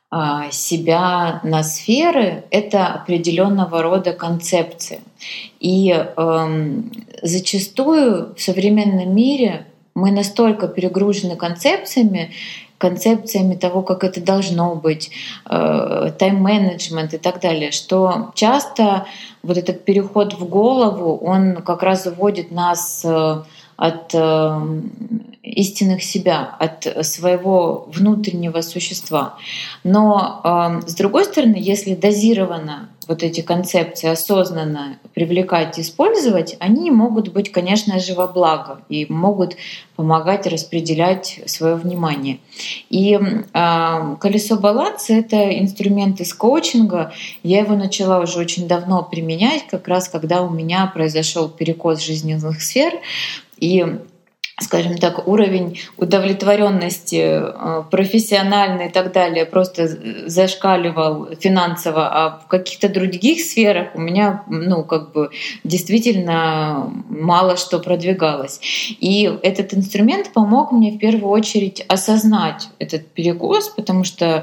себя на сферы — это определенного рода концепции. И зачастую в современном мире мы настолько перегружены концепциями того, как это должно быть, тайм-менеджмент и так далее, что часто вот этот переход в голову, он как раз уводит нас от истинных себя, от своего внутреннего существа. Но с другой стороны, если дозированно вот эти концепции осознанно привлекать и использовать, они могут быть, конечно же, во благо и могут помогать распределять свое внимание. И колесо баланса — это инструмент из коучинга. Я его начала уже очень давно применять, как раз когда у меня произошел перекос жизненных сфер. И, скажем так, уровень удовлетворенности профессиональный и так далее просто зашкаливал финансово, а в каких-то других сферах у меня действительно мало что продвигалось. И этот инструмент помог мне в первую очередь осознать этот перекос, потому что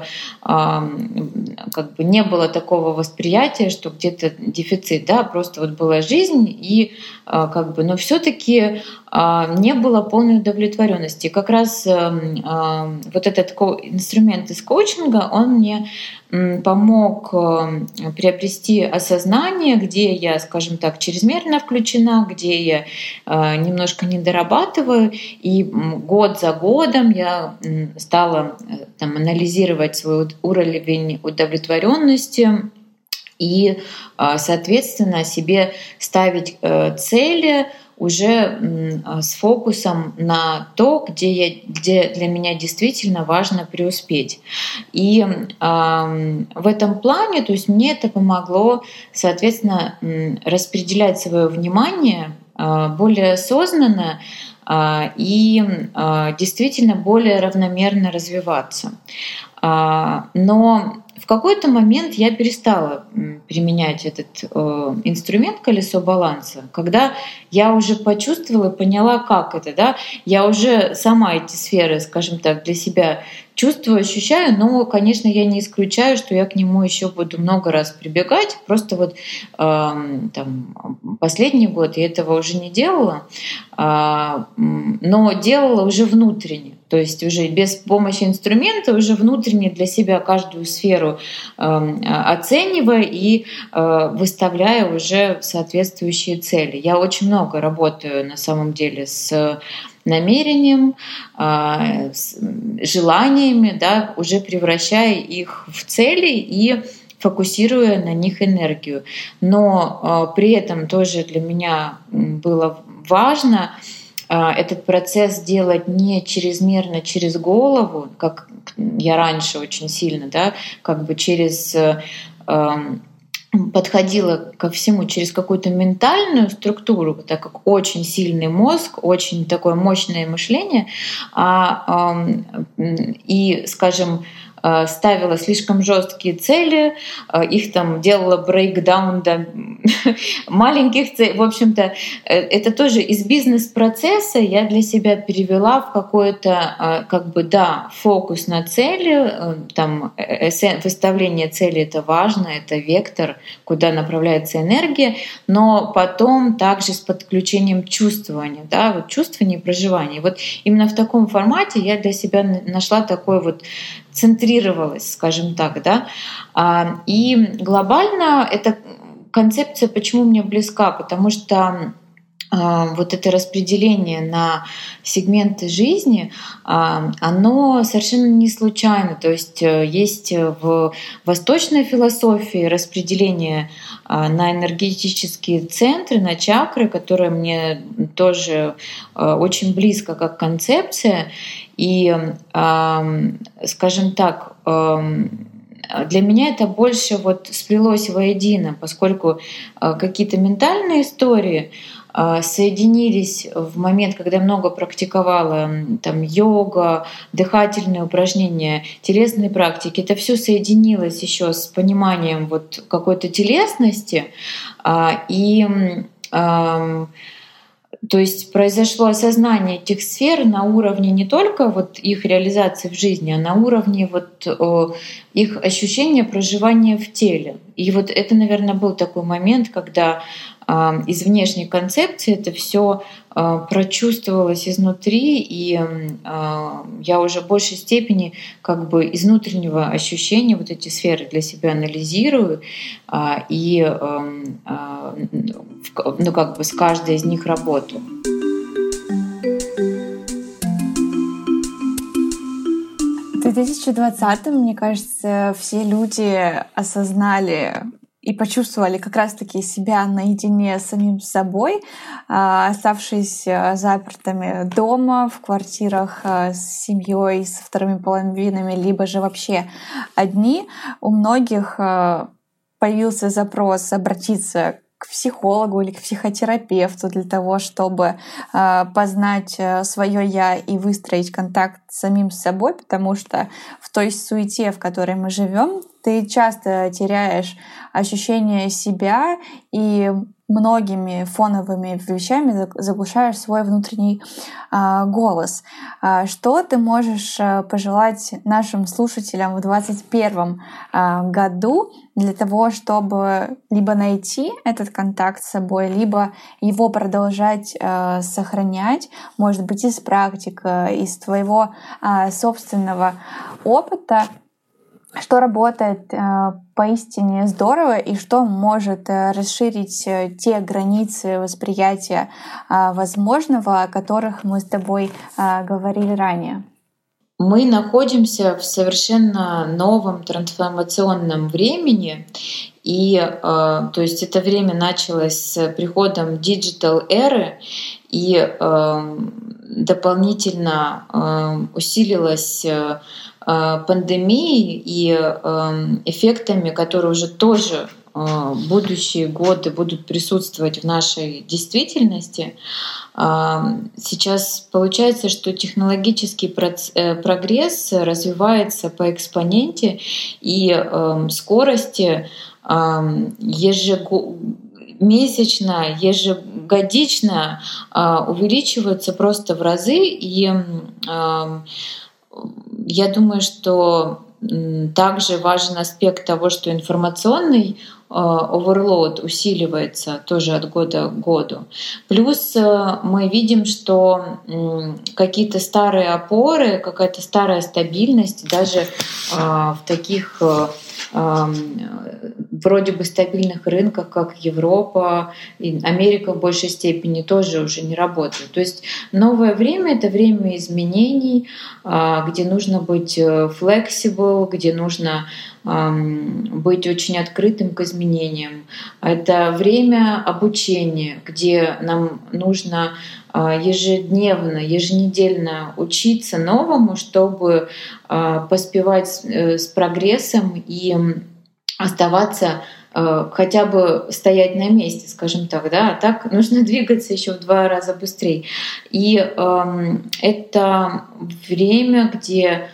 не было такого восприятия, что где-то дефицит, да, просто вот была жизнь, и но все-таки не было полной удовлетворенности. И как раз вот этот инструмент из коучинга, он мне помог приобрести осознание, где я, скажем так, чрезмерно включена, где я немножко не дорабатываю. И год за годом я стала анализировать свой уровень удовлетворенности и, соответственно, себе ставить цели уже с фокусом на то, где для меня действительно важно преуспеть. И в этом плане, то есть мне это помогло, соответственно, распределять свое внимание более осознанно и действительно более равномерно развиваться. Но в какой-то момент я перестала применять этот инструмент колесо баланса, когда я уже почувствовала и поняла, как это, да, я уже сама эти сферы, скажем так, для себя чувствую, ощущаю, но, конечно, я не исключаю, что я к нему еще буду много раз прибегать. Просто вот последний год я этого уже не делала, но делала уже внутренне. То есть уже без помощи инструмента, уже внутренне для себя каждую сферу оценивая и выставляя уже соответствующие цели. Я очень много работаю на самом деле с намерением, с желаниями, да, уже превращая их в цели и фокусируя на них энергию. Но при этом тоже для меня было важно этот процесс делать не чрезмерно через голову, как я раньше очень сильно, да, подходила ко всему через какую-то ментальную структуру, так как очень сильный мозг, очень такое мощное мышление, и, скажем, ставила слишком жесткие цели, их делала брейкдаун до маленьких целей. В общем-то, это тоже из бизнес-процесса я для себя перевела в какой-то, фокус на цели, выставление цели — это важно, это вектор, куда направляется энергия, но потом также с подключением чувствования, да, вот чувствования и проживания. Вот именно в таком формате я для себя нашла такой вот, центрировалась, скажем так, да. И глобально эта концепция почему мне близка? Потому что вот это распределение на сегменты жизни, оно совершенно не случайно. То есть есть в восточной философии распределение на энергетические центры, на чакры, которые мне тоже очень близко как концепция. И, скажем так, для меня это больше сплелось воедино, поскольку какие-то ментальные истории соединились в момент, когда я много практиковала йога, дыхательные упражнения, телесные практики. Это все соединилось еще с пониманием какой-то телесности. И То есть произошло осознание этих сфер на уровне не только вот их реализации в жизни, а на уровне вот их ощущения проживания в теле. И вот это, наверное, был такой момент, когда из внешней концепции это все прочувствовалось изнутри, и я уже в большей степени как бы из внутреннего ощущения вот эти сферы для себя анализирую и ну, как бы с каждой из них работаю. В 2020-м, мне кажется, все люди осознали и почувствовали как раз-таки себя наедине с самим собой, оставшись запертыми дома, в квартирах с семьей, со вторыми половинами, либо же вообще одни. У многих появился запрос обратиться к психологу или к психотерапевту для того, чтобы познать свое я и выстроить контакт с самим собой, потому что в той суете, в которой мы живем, ты часто теряешь ощущение себя и многими фоновыми вещами заглушаешь свой внутренний голос. Что ты можешь пожелать нашим слушателям в 2021 году для того, чтобы либо найти этот контакт с собой, либо его продолжать сохранять, может быть, из практик, из твоего собственного опыта? Что работает поистине здорово и что может расширить те границы восприятия возможного, о которых мы с тобой говорили ранее? Мы находимся в совершенно новом трансформационном времени, и то есть это время началось с приходом диджитал-эры, и дополнительно усилилось пандемией и эффектами, которые уже тоже будущие годы будут присутствовать в нашей действительности. Сейчас получается, что технологический прогресс развивается по экспоненте, и скорости месячно, ежегодично увеличиваются просто в разы, и я думаю, что также важен аспект того, что информационный оверлоуд усиливается тоже от года к году. Плюс мы видим, что какие-то старые опоры, какая-то старая стабильность даже в таких вроде бы стабильных рынках, как Европа и Америка в большей степени, тоже уже не работают. То есть новое время — это время изменений, где нужно быть flexible, где нужно быть очень открытым к изменениям. Это время обучения, где нам нужно ежедневно, еженедельно учиться новому, чтобы поспевать с прогрессом и оставаться, хотя бы стоять на месте, скажем так, да, а так нужно двигаться еще в 2 раза быстрее. И это время, где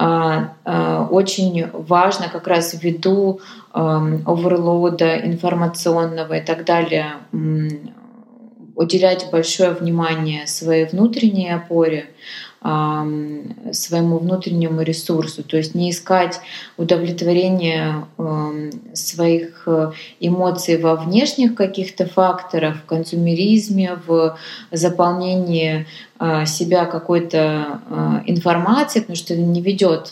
очень важно как раз ввиду оверлоуда информационного и так далее уделять большое внимание своей внутренней опоре, своему внутреннему ресурсу, то есть не искать удовлетворение своих эмоций во внешних каких-то факторах, в консумеризме, в заполнении себя какой-то информацией, потому что это не ведет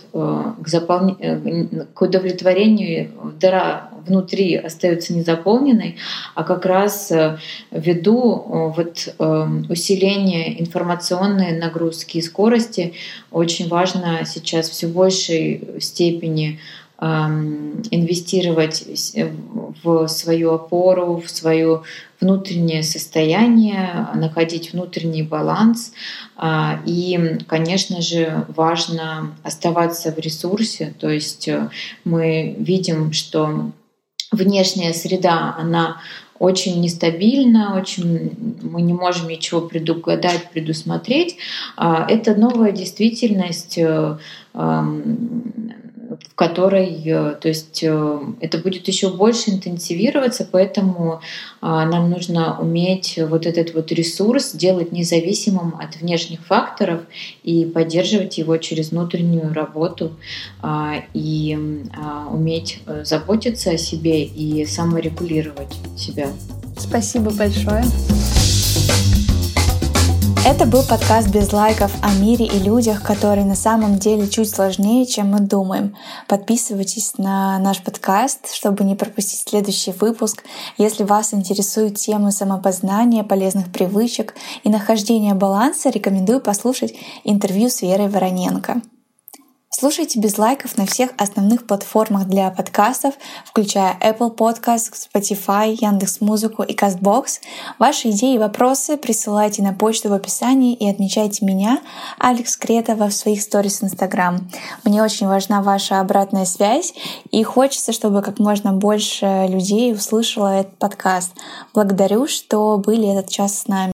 к удовлетворению, дыра внутри остается незаполненной, а как раз ввиду усиления информационной нагрузки и скорости очень важно сейчас все большей степени инвестировать в свою опору, в свое внутреннее состояние, находить внутренний баланс. И, конечно же, важно оставаться в ресурсе. То есть мы видим, что внешняя среда, она очень нестабильна, мы не можем ничего предугадать, предусмотреть. Это новая действительность, в которой, то есть это будет еще больше интенсивироваться, поэтому нам нужно уметь вот этот вот ресурс делать независимым от внешних факторов и поддерживать его через внутреннюю работу и уметь заботиться о себе и саморегулировать себя. Спасибо большое. Это был подкаст «Без лайков» о мире и людях, которые на самом деле чуть сложнее, чем мы думаем. Подписывайтесь на наш подкаст, чтобы не пропустить следующий выпуск. Если вас интересуют темы самопознания, полезных привычек и нахождения баланса, рекомендую послушать интервью с Верой Вороненко. Слушайте «Без лайков» на всех основных платформах для подкастов, включая Apple Podcasts, Spotify, Яндекс.Музыку и CastBox. Ваши идеи и вопросы присылайте на почту в описании и отмечайте меня, Алекс Кретова, в своих сторис в Instagram. Мне очень важна ваша обратная связь, и хочется, чтобы как можно больше людей услышало этот подкаст. Благодарю, что были этот час с нами.